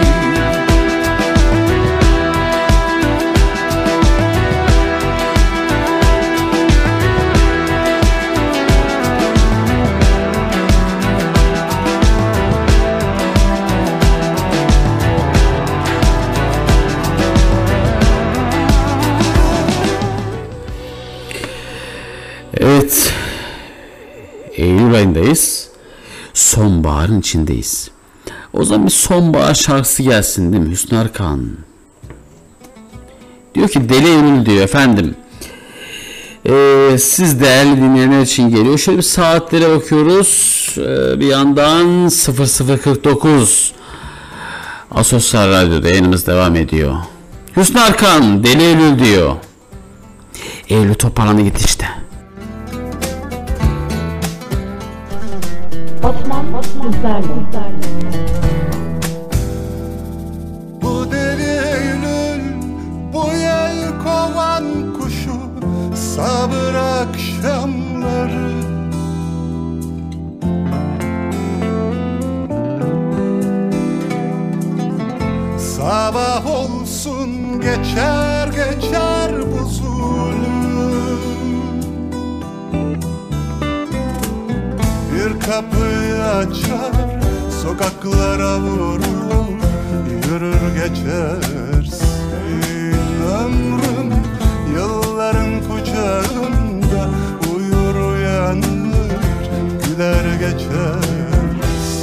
Evet, Eylül ayındayız, sonbaharın içindeyiz. O zaman bir sonbahar şarkısı gelsin değil mi Hüsnü Arkan? Diyor ki Deli Eylül diyor efendim. Ee, siz değerli dinleyenler için geliyor. Şöyle bir saatlere bakıyoruz. Ee, bir yandan sıfır sıfır kırk dokuz Asosyal Radyo'da yayınımız devam ediyor. Hüsnü Arkan Deli Eylül diyor. Eylül toparlandı gitti işte. Osman Sizlerle. Bu deli Eylül, bu yel kovan kuşu, sabır akşamları. Sabah olsun geçer geçer bu zulüm. Bir kapıyı açar, sokaklara vurur, yürür geçersin. Ömrüm yılların kucağında, uyur uyanır, güler geçersin.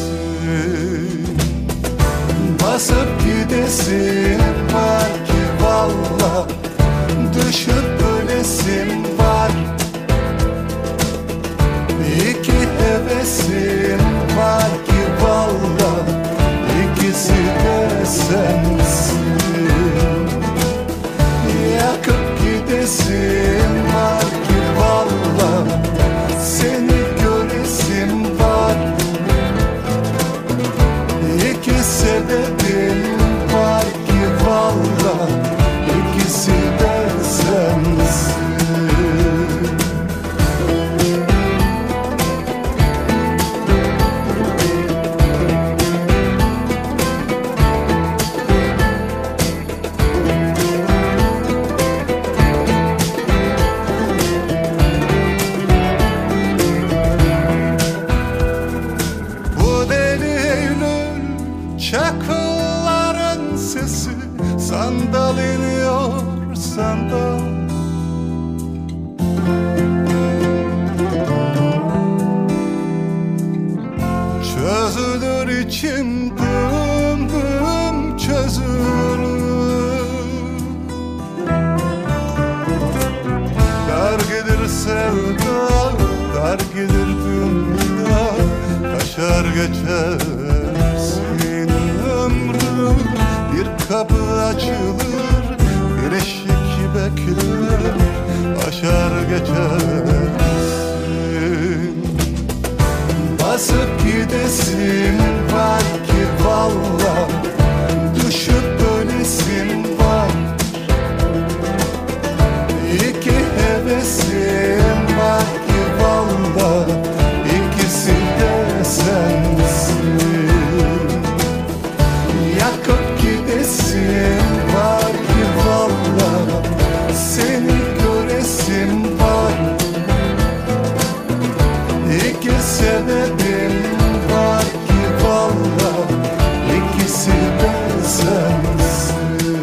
Basıp gidesin var ki valla, düşüp ölesin var. İki hevesim var ki valla, ikisi de sensin. Sandal iniyor sandal, çözülür içim dım dım çözülür. Dar gelir sevda, dar gelir dünya, kaçar geçersin ömrüm. Bir kapı açılır, bir eşik bekler, aşar geçersin. Basıp gidesim var ki valla, düşüp ölesim var. İki hevesim var ki valla, ikisi de sensin. Yakıp gidesim var ki valla, seni göresim var. İki sebebim var ki valla, ikisi de sensin.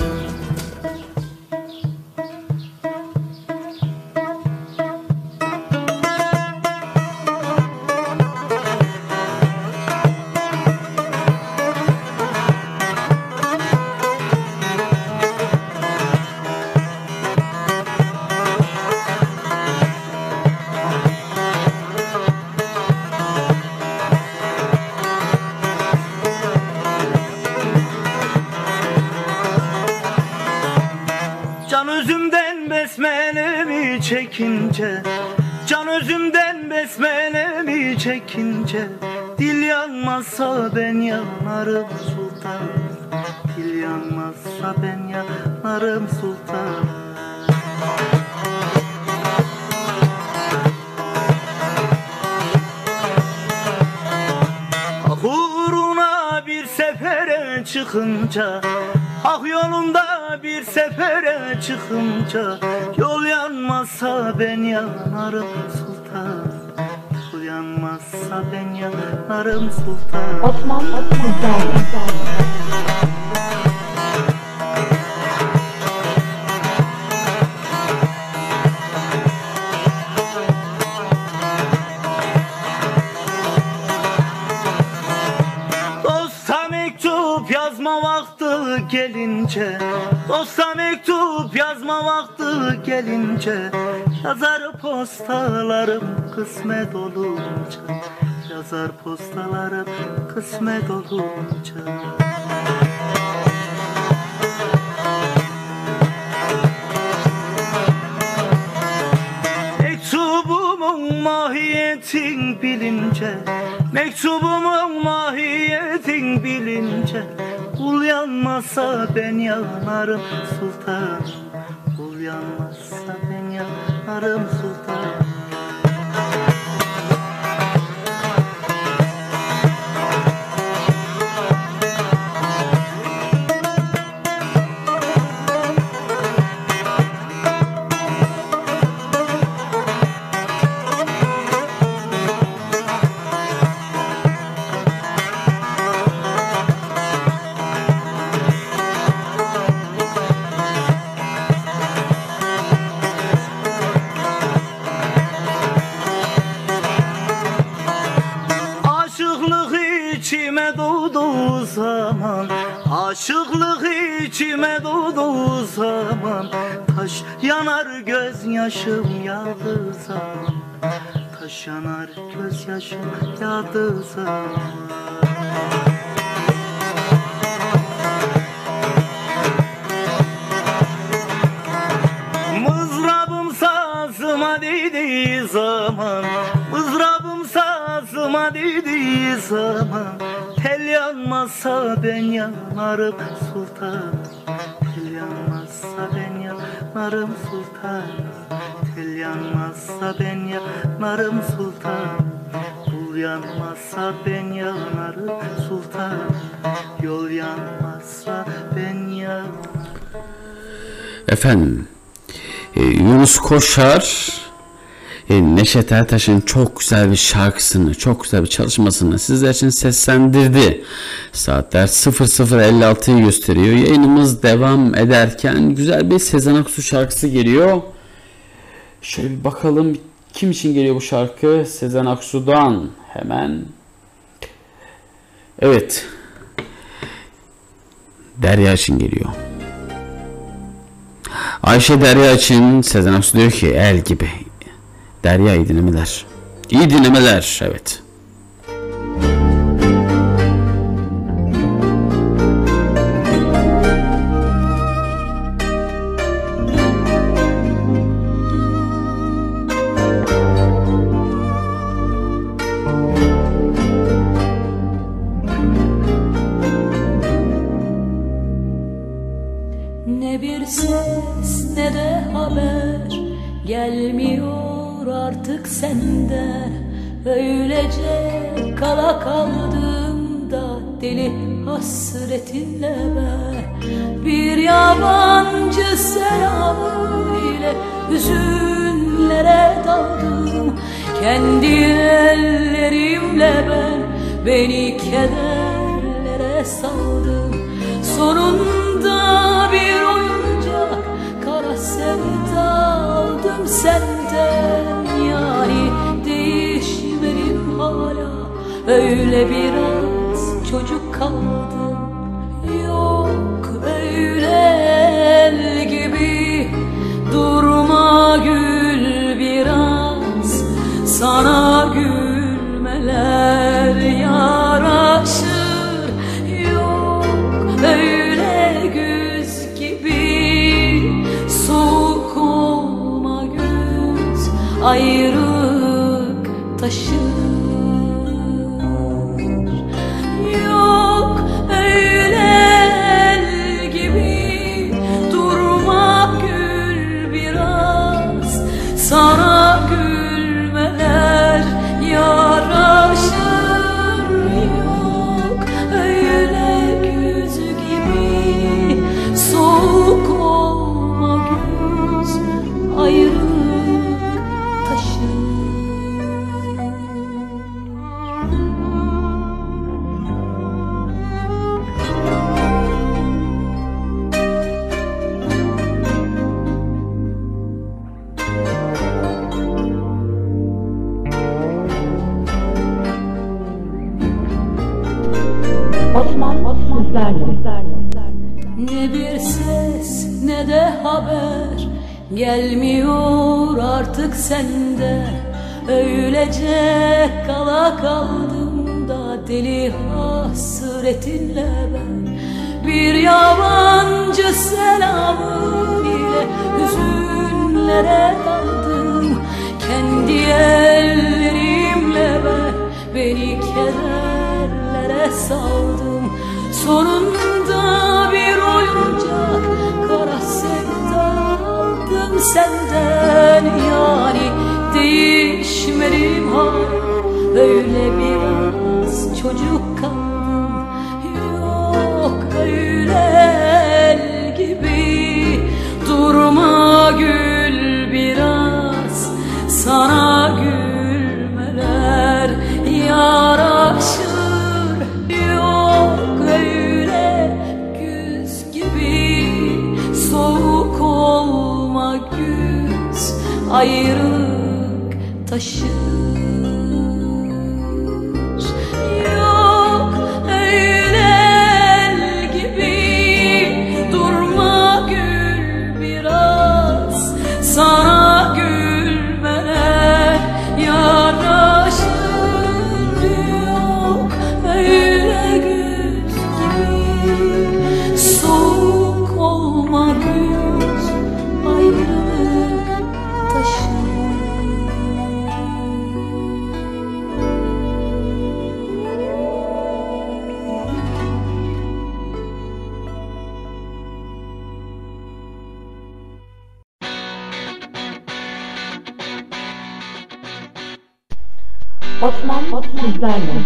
Can özümden besmelemi çekince, can özümden besmelemi çekince, dil yanmazsa ben yanarım sultan. Dil yanmazsa ben yanarım sultan. Ah uğruna bir sefere çıkınca, hak yolunda bir sefere çıkınca, yol yanmazsa ben yanarım sultan. Yol yanmazsa ben yanarım sultan. Osman Güzel. Dosta mektup yazma vakti gelince, dosta mektup yazma vakti gelince, yazar postalarım kısmet olunca, yazar postalarım kısmet olunca. Mektubumun mahiyetin bilince, mektubumun mahiyetin bilince, kul yanmazsa ben yanarım sultan. Kul yanmazsa ben yanarım sultan. İçime doğduğu zaman, aşıklık içime doğduğu zaman, taş yanar gözyaşım yağdığı zaman, taş yanar gözyaşım yağdığı zaman. Mızrabım sazıma değdiği zaman, mızrabım sazıma değdiği zaman, tel yanmazsa ben yanarım sultan. Tel yanmazsa ben yanarım sultan. Tel yanmazsa ben yanarım sultan. Kul yanmazsa ben yanarım sultan. Yol yanmazsa ben yanarım. Efendim, Yunus Koşar Neşet Ertaş'ın çok güzel bir şarkısını, çok güzel bir çalışmasını sizler için seslendirdi. Saatler sıfır sıfır elli altıyı gösteriyor. Yayınımız devam ederken güzel bir Sezen Aksu şarkısı geliyor. Şöyle bir bakalım kim için geliyor bu şarkı? Sezen Aksu'dan hemen. Evet. Derya için geliyor. Ayşe Derya için Sezen Aksu diyor ki el gibi. Derya iyi dinlemeler. İyi dinlemeler, evet. Ne bir ses ne de haber gelmiyor artık senden. Öylece kala kaldım da deli hasretinle ben. Bir yabancı selamı ile hüzünlere daldım. Kendi ellerimle ben beni kederlere saldım. Sonunda bir oyuncak kara sevda aldım senden. Yani değişmedim hala, öyle biraz çocuk kaldım. Yok öyle el gibi durma gül biraz, sana gülmeler yaraşır. Yok öyle güz gibi soğuk olma göz, ayrılık taşır. Yok öyle el gibi durma gül biraz, sana gülmeler yaraşır. Yok öyle güz gibi soğuk olma göz, ayrılık taşır. Osman sizlerle. Ne bir ses ne de haber gelmiyor artık senden. Öylece kala kaldım da deli hasretinle ben. Bir yabancı selamın ile hüzünlere daldım. Kendi ellerimle ben beni kederlere saldım. Sonunda bir oyuncak kara sevda aldım senden. Yani değişmedim hala, öyle biraz çocuk kaldım. Yok öyle el gibi durma gül biraz, sana gülmeler yaraşır. Yok öyle güz gibi soğuk olma güz, ayrılık taşır. Yok öyle el gibi durma gül biraz, sana gülmeler yaraşır. Yok öyle güz gibi soğuk olma güz, ayrılık taşır. Osman sizlerle.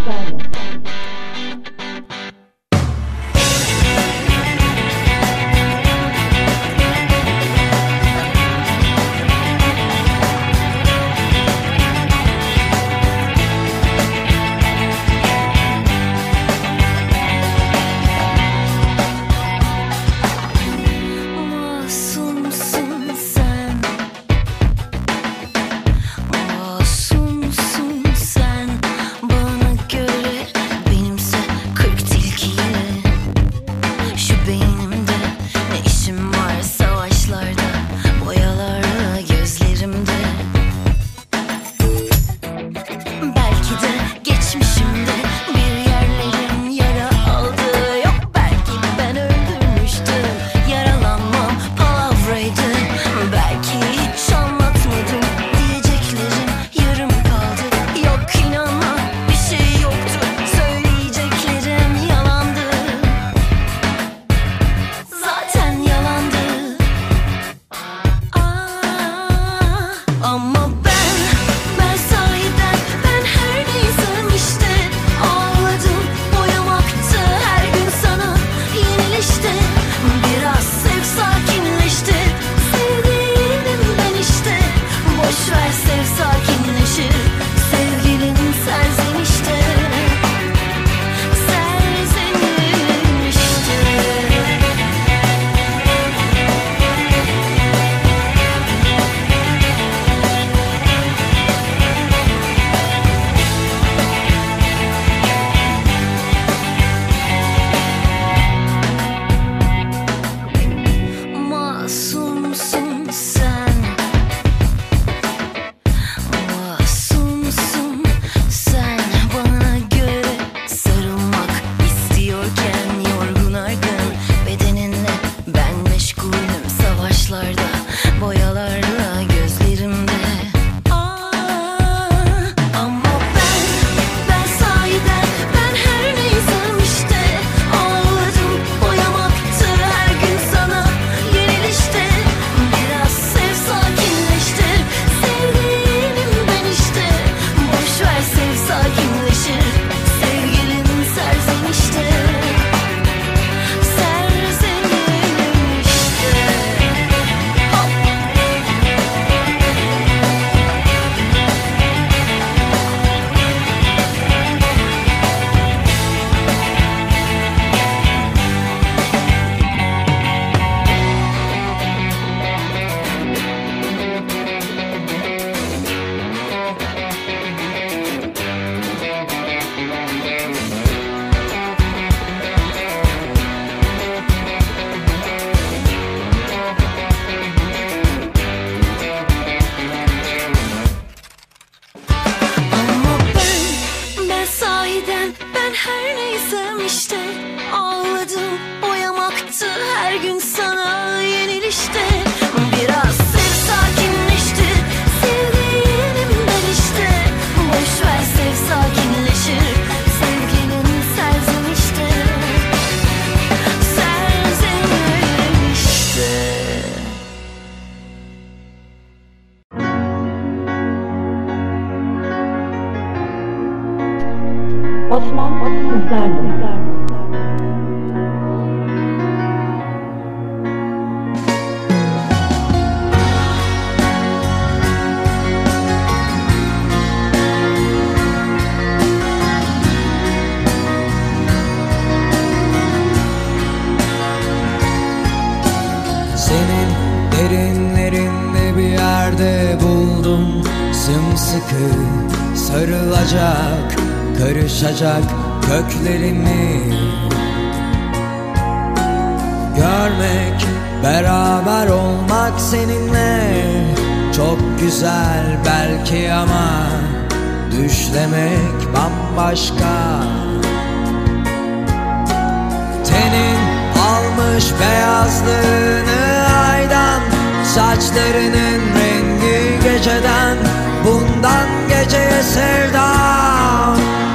saçlarda, boyalarla gözlerimde. Aa, ama ben, ben sahiden, ben her neysem işte. Ağladım, boyamaktı her gün sana yenilişte. Biraz sev, sakinleştir, sevdiğinim ben işte. Boşver, sev, sakinleşir, sevgilin serzenişte. Osman sizlerle. Senin derinlerinde bir yerde buldum sımsıkı sarılacak, karışacak köklerimi. Görmek, beraber olmak seninle çok güzel belki ama düşlemek bambaşka. Tenin almış beyazlığını aydan, saçlarının rengi geceden, bundan geceye sevdam.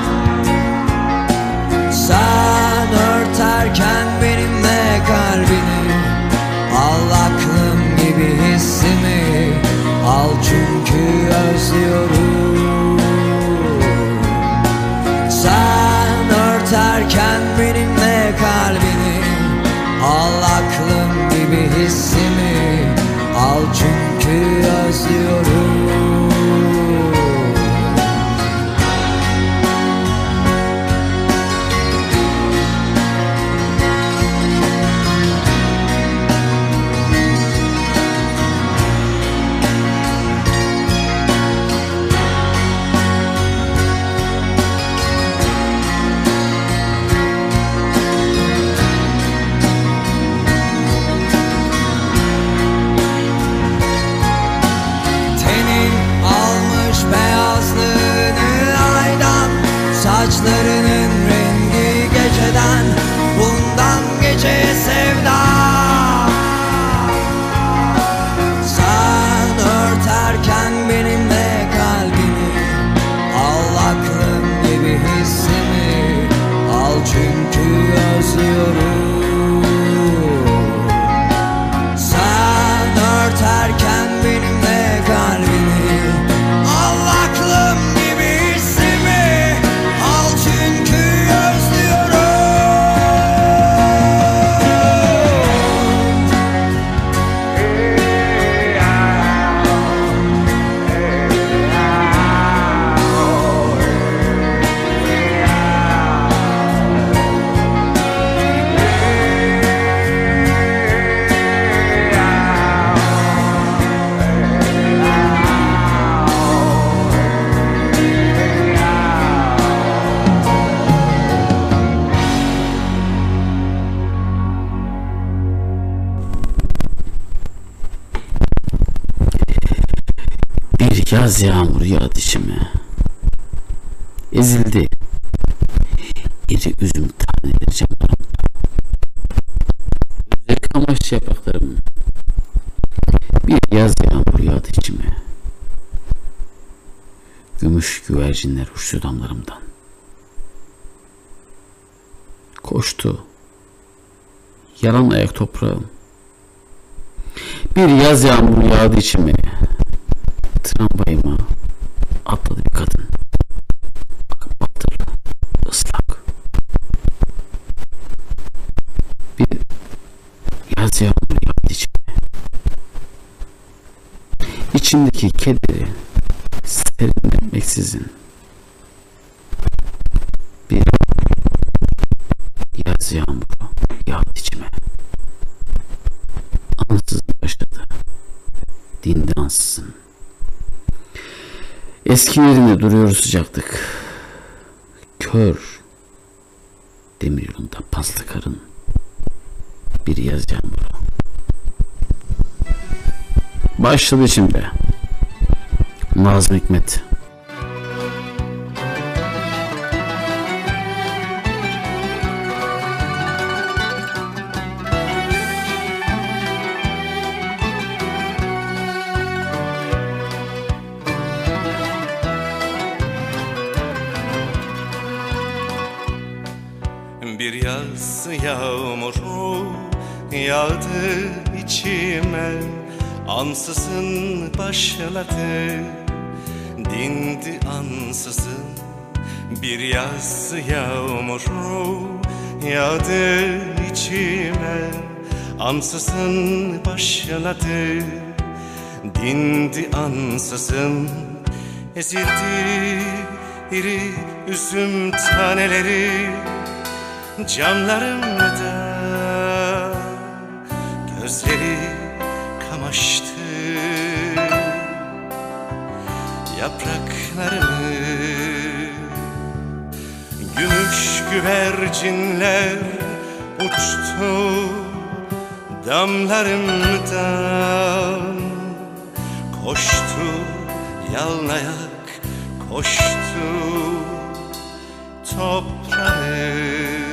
Sen örterken benimle kalbini, al aklım gibi hissimi, al çünkü özlüyorum. Sen örterken benimle kalbini, al aklım gibi hissimi, al çünkü özlüyorum. Saçlarının rengi geceden, bundan geceye sevda. Sen örterken benimle kalbini, al aklım gibi hissimi, al çünkü özlüyorum. Sen örterken benimle kalbini, al aklım gibi hissimi, al çünkü özlüyorum. Bir yaz yağmuru yağdı içime, ezildi iri üzüm taneleri camlarımda. Özlek amaç yapraklarım, Bir yaz yağmur yağdı içime. Gümüş güvercinler uçtu damlarımdan. Koştu yalan ayak toprağım. Bir yaz yağmur yağdı içime. Tramvayıma atladı bir kadın. Akbatırlı, ıslak. Bir yaz yağmur yağdı içime. İçimdeki kederi serinletmeksizin bir yaz yağmuru yağdı içime. Ansızın başladı, dindi ansızın. Eski yerinde duruyor sıcaklık. Kör demir yolunda paslı karın. Bir yaz yağmuru başladı şimdi. Nazım Hikmet. Bir yaz yağmuru yağdı içime, ansızın başladı, dindi ansızın. Bir yaz yağmuru yağdı içime, ansızın başladı, dindi ansızın. Ezildi iri üzüm taneleri camlarımda, gözleri kamaştı yapraklarımı. Gümüş güvercinler uçtu damlarımdan, koştu yalnayak, koştu toprağı.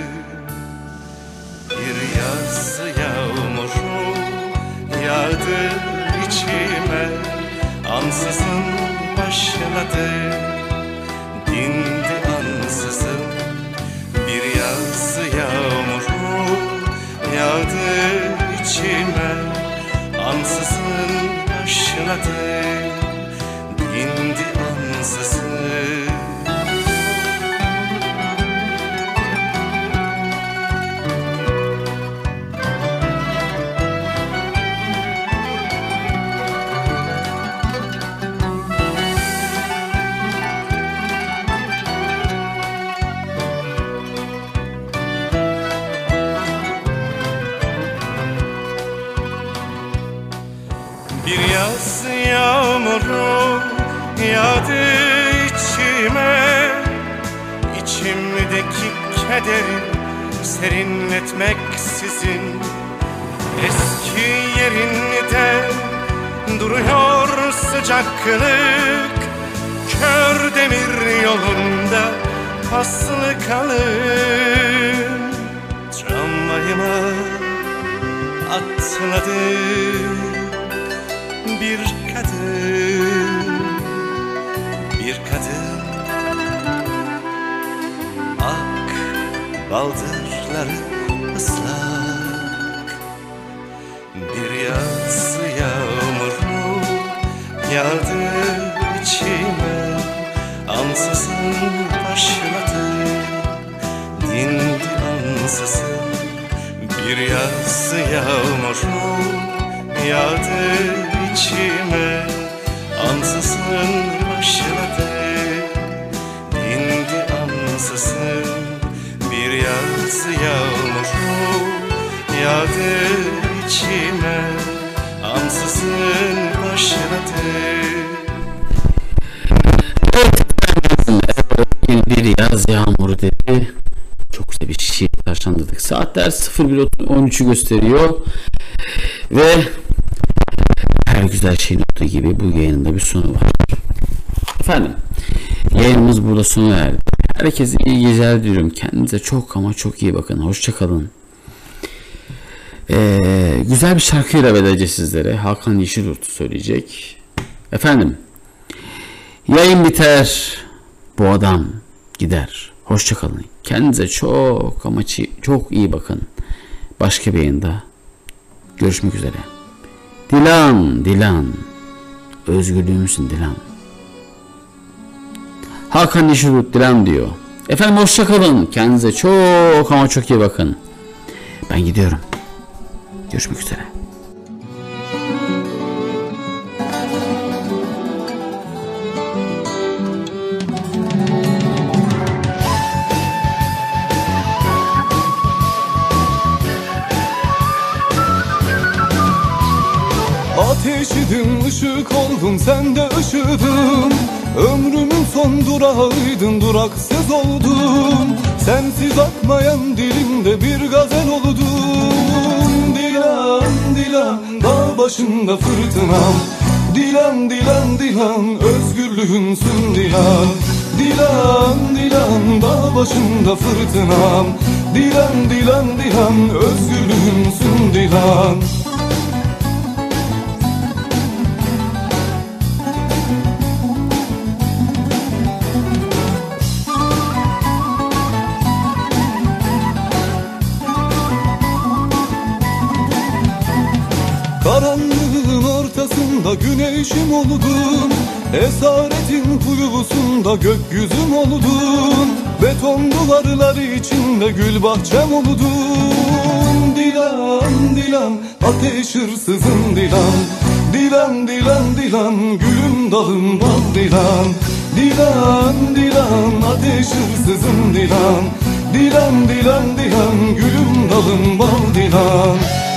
Bir yaz yağmuru yağdı içime, ansızın başladı, dindi ansızın. Bir yaz yağmuru yağdı içime, ansızın başladı, dindi ansızın. Bir yaz yağmuru yağdı içime, içimdeki kederi serinletmeksizin. Eski yerinde duruyor sıcaklık, kör demir yolunda paslı kalın. Tramvayıma atladı bir kadın, bir kadın. Ak baldırları ıslak. Bir yaz yağmuru yağdı içime, ansızın başladı, dindi ansızın. Bir yaz yağmuru yağdı içime, ansızın başladı, dindi ansızın. Bir yaz yağmuru yağdı içime, ansızın başladı. Bir yaz yağmuru dedi. Çok güzel bir şiir karşıladık. Saatler sıfır bir on üçü gösteriyor. Ve her güzel şeyin olduğu gibi bu yayının bir sonu var. Efendim, yayınımız burada sona erdi. Herkese iyi geceler diliyorum. Kendinize çok ama çok iyi bakın. Hoşça kalın. Ee, güzel bir şarkıyla veda edeceğiz sizlere. Hakan Yeşilyurt söyleyecek. Efendim, yayın biter, bu adam gider. Hoşçakalın. Kendinize çok ama çok iyi bakın. Başka bir yayında görüşmek üzere. Dilan, Dilan. Özgürlüğümüzün Dilan. Hakan Yeşilyurt Dilan diyor. Efendim hoşçakalın. Kendinize çok ama çok iyi bakın. Ben gidiyorum. Görüşmek üzere. Ateşidim, ışık oldun, sen de ışıdın. Ömrümün son durağıydın, duraksız oldun. Sensiz akmayan dilimde bir gazel oldun. Dilan, Dilan, dağ başında fırtınam. Dilan, Dilan, Dilan, özgürlüğümsün Dilan. Dilan, Dilan, dağ başında fırtınam. Dilan, Dilan, Dilan, özgürlüğümsün Dilan. Karanlığın ortasında güneşim oldun. Esaretin kuyusunda gökyüzüm oldun. Beton duvarlar içinde gül bahçem oldun. Dilan, Dilan, ateş hırsızım Dilan. Dilan, Dilan, Dilan, gülüm dalım bal Dilan. Dilan, Dilan, ateş hırsızım Dilan. Dilan, Dilan, Dilan, gülüm dalım bal Dilan.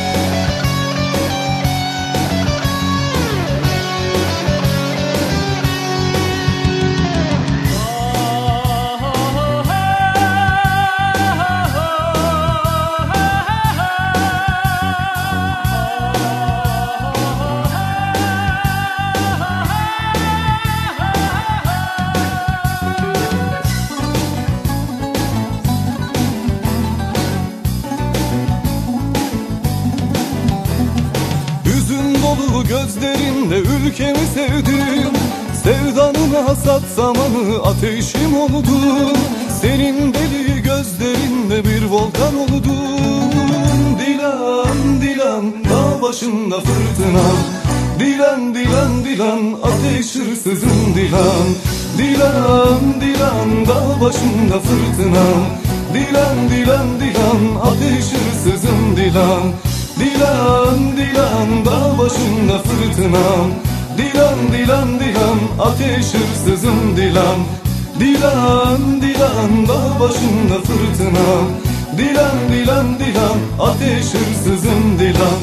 Gözlerinde ülkemi sevdim. Sevdanın hasat zamanı ateşim oldun. Senin deli gözlerinde bir volkan oldun. Dilan, Dilan, dağ başında fırtınam. Dilan, Dilan, Dilan, ateş hırsızım Dilan. Dilan, Dilan, dağ başında fırtınam. Dilan, Dilan, Dilan, ateş hırsızım Dilan. Dilan, Dilan, dağ başında fırtınam. Dilan, Dilan, Dilan, ateş hırsızım Dilan. Dilan, Dilan, dağ başında fırtınam. Dilan, Dilan, Dilan, ateş hırsızım Dilan.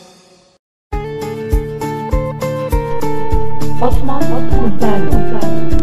Osman Sızlarlı.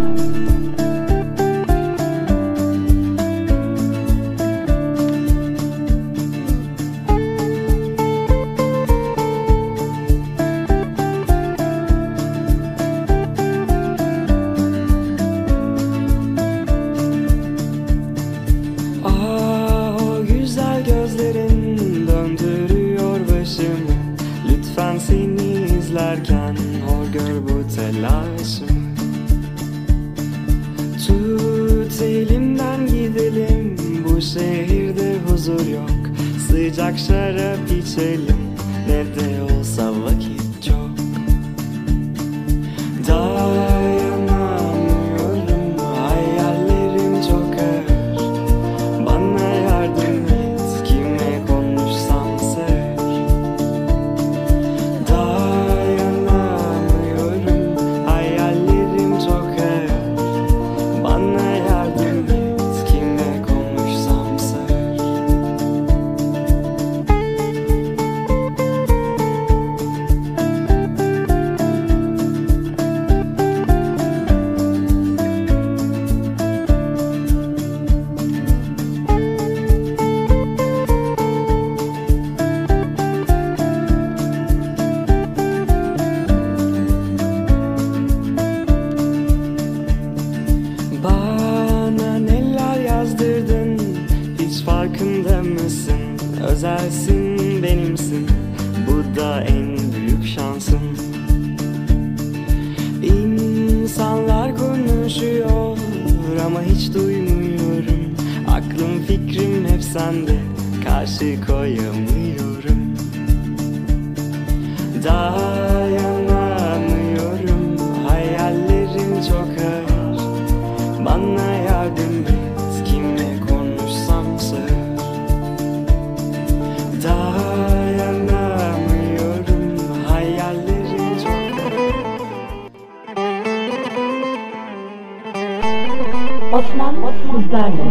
Tut elimden gidelim, bu şehirde huzur yok. Sıcak şarap içelim, ne de olsa vakit çok. Dayanamıyorum, hayallerim çok ağır. Bana yardım et, kime konuşsam sev. Dayanamıyorum, hayallerim çok ağır. Bana yardım et, kime konuşsam sev. fikrim hep sende, karşı koyamıyorum. Dayanamıyorum, hayallerim çok ağır. Bana yardım et, kimle konuşsam sığır. Dayanamıyorum, hayallerim çok ağır. Osman sizlerle.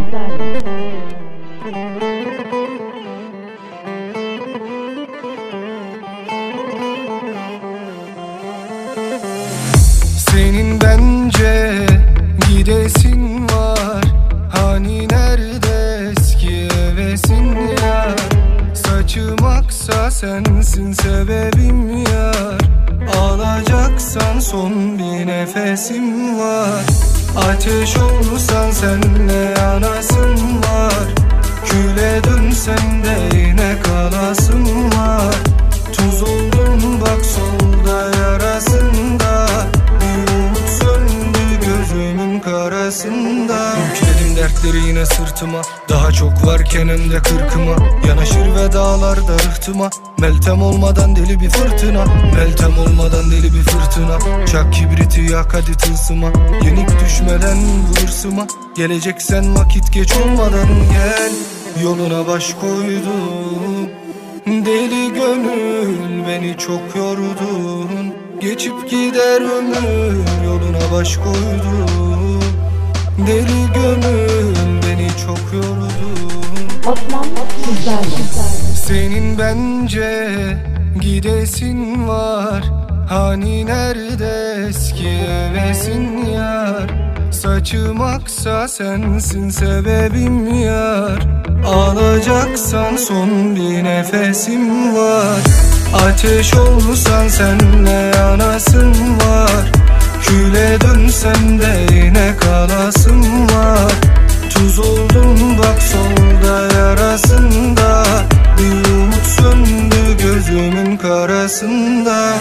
Senin bence gidesin var. Hani nerede eski hevesin ya? Saçım aksa sensin sebebim yar. Alacaksan son bir nefesim var. Ateş olursan senle yanasın var. Küle dönsen de yine kalasın var. Tuz oldun bak solda yarasında. Bir umut söndü gözümün karasında. Yükledim dertleri yine sırtıma. Daha çok varken hem de kırkıma. Yanaşır ve dağlarda rıhtıma. Meltem olmadan deli bir fırtına. Meltem olmadan deli bir fırtına. Çak kibriti yak hadi tılsıma. Yenik düşmeden vırsıma. Geleceksen vakit geç olmadan gel. Yoluna baş koydum. Deli gönül beni çok yordun. Geçip gider ömür yoluna baş koydum. Deli gönül beni çok yordun. Osman sizlerle. Senin bence gidesin var. Hani nerede eski hevesin yar? Saçım aksa sensin sebebim yar. Alacaksan son bir nefesim var. Ateş olursan senle yanasın var. Küle dönsen de yine kalasın var. Tuz oldun bak solda yarasında. Bir umut söndü gözümün karasında.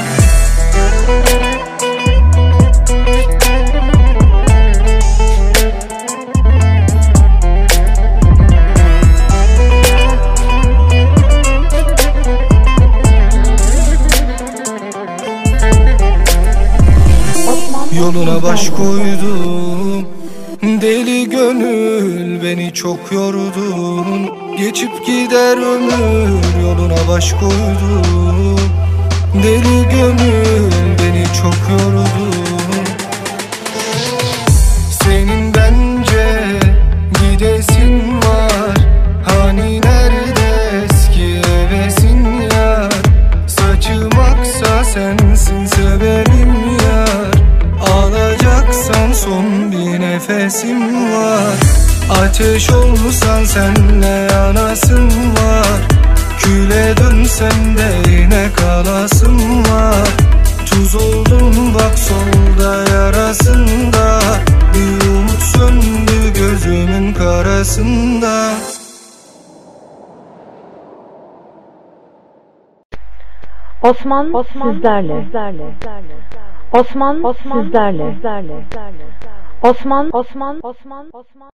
Yoluna baş koydum. Deli gönül beni çok yordun. Geçip gider ömür yoluna baş koydum. Deli gönül beni çok yordun. Senin bence gidesin var. Hani nerede eski hevesin yar? Saçım aksa sensin sebebim yar. Alacaksan son bir nefesim var. Ateş olursan senle yanasın var. Küle dönsen de yine kalasın var. Tuz oldun bak solda yarasında. Bir umut söndü gözümün karasında. Osman, Osman sizlerle. Osman, Osman sizlerle. Osman, Osman, Osman, Osman.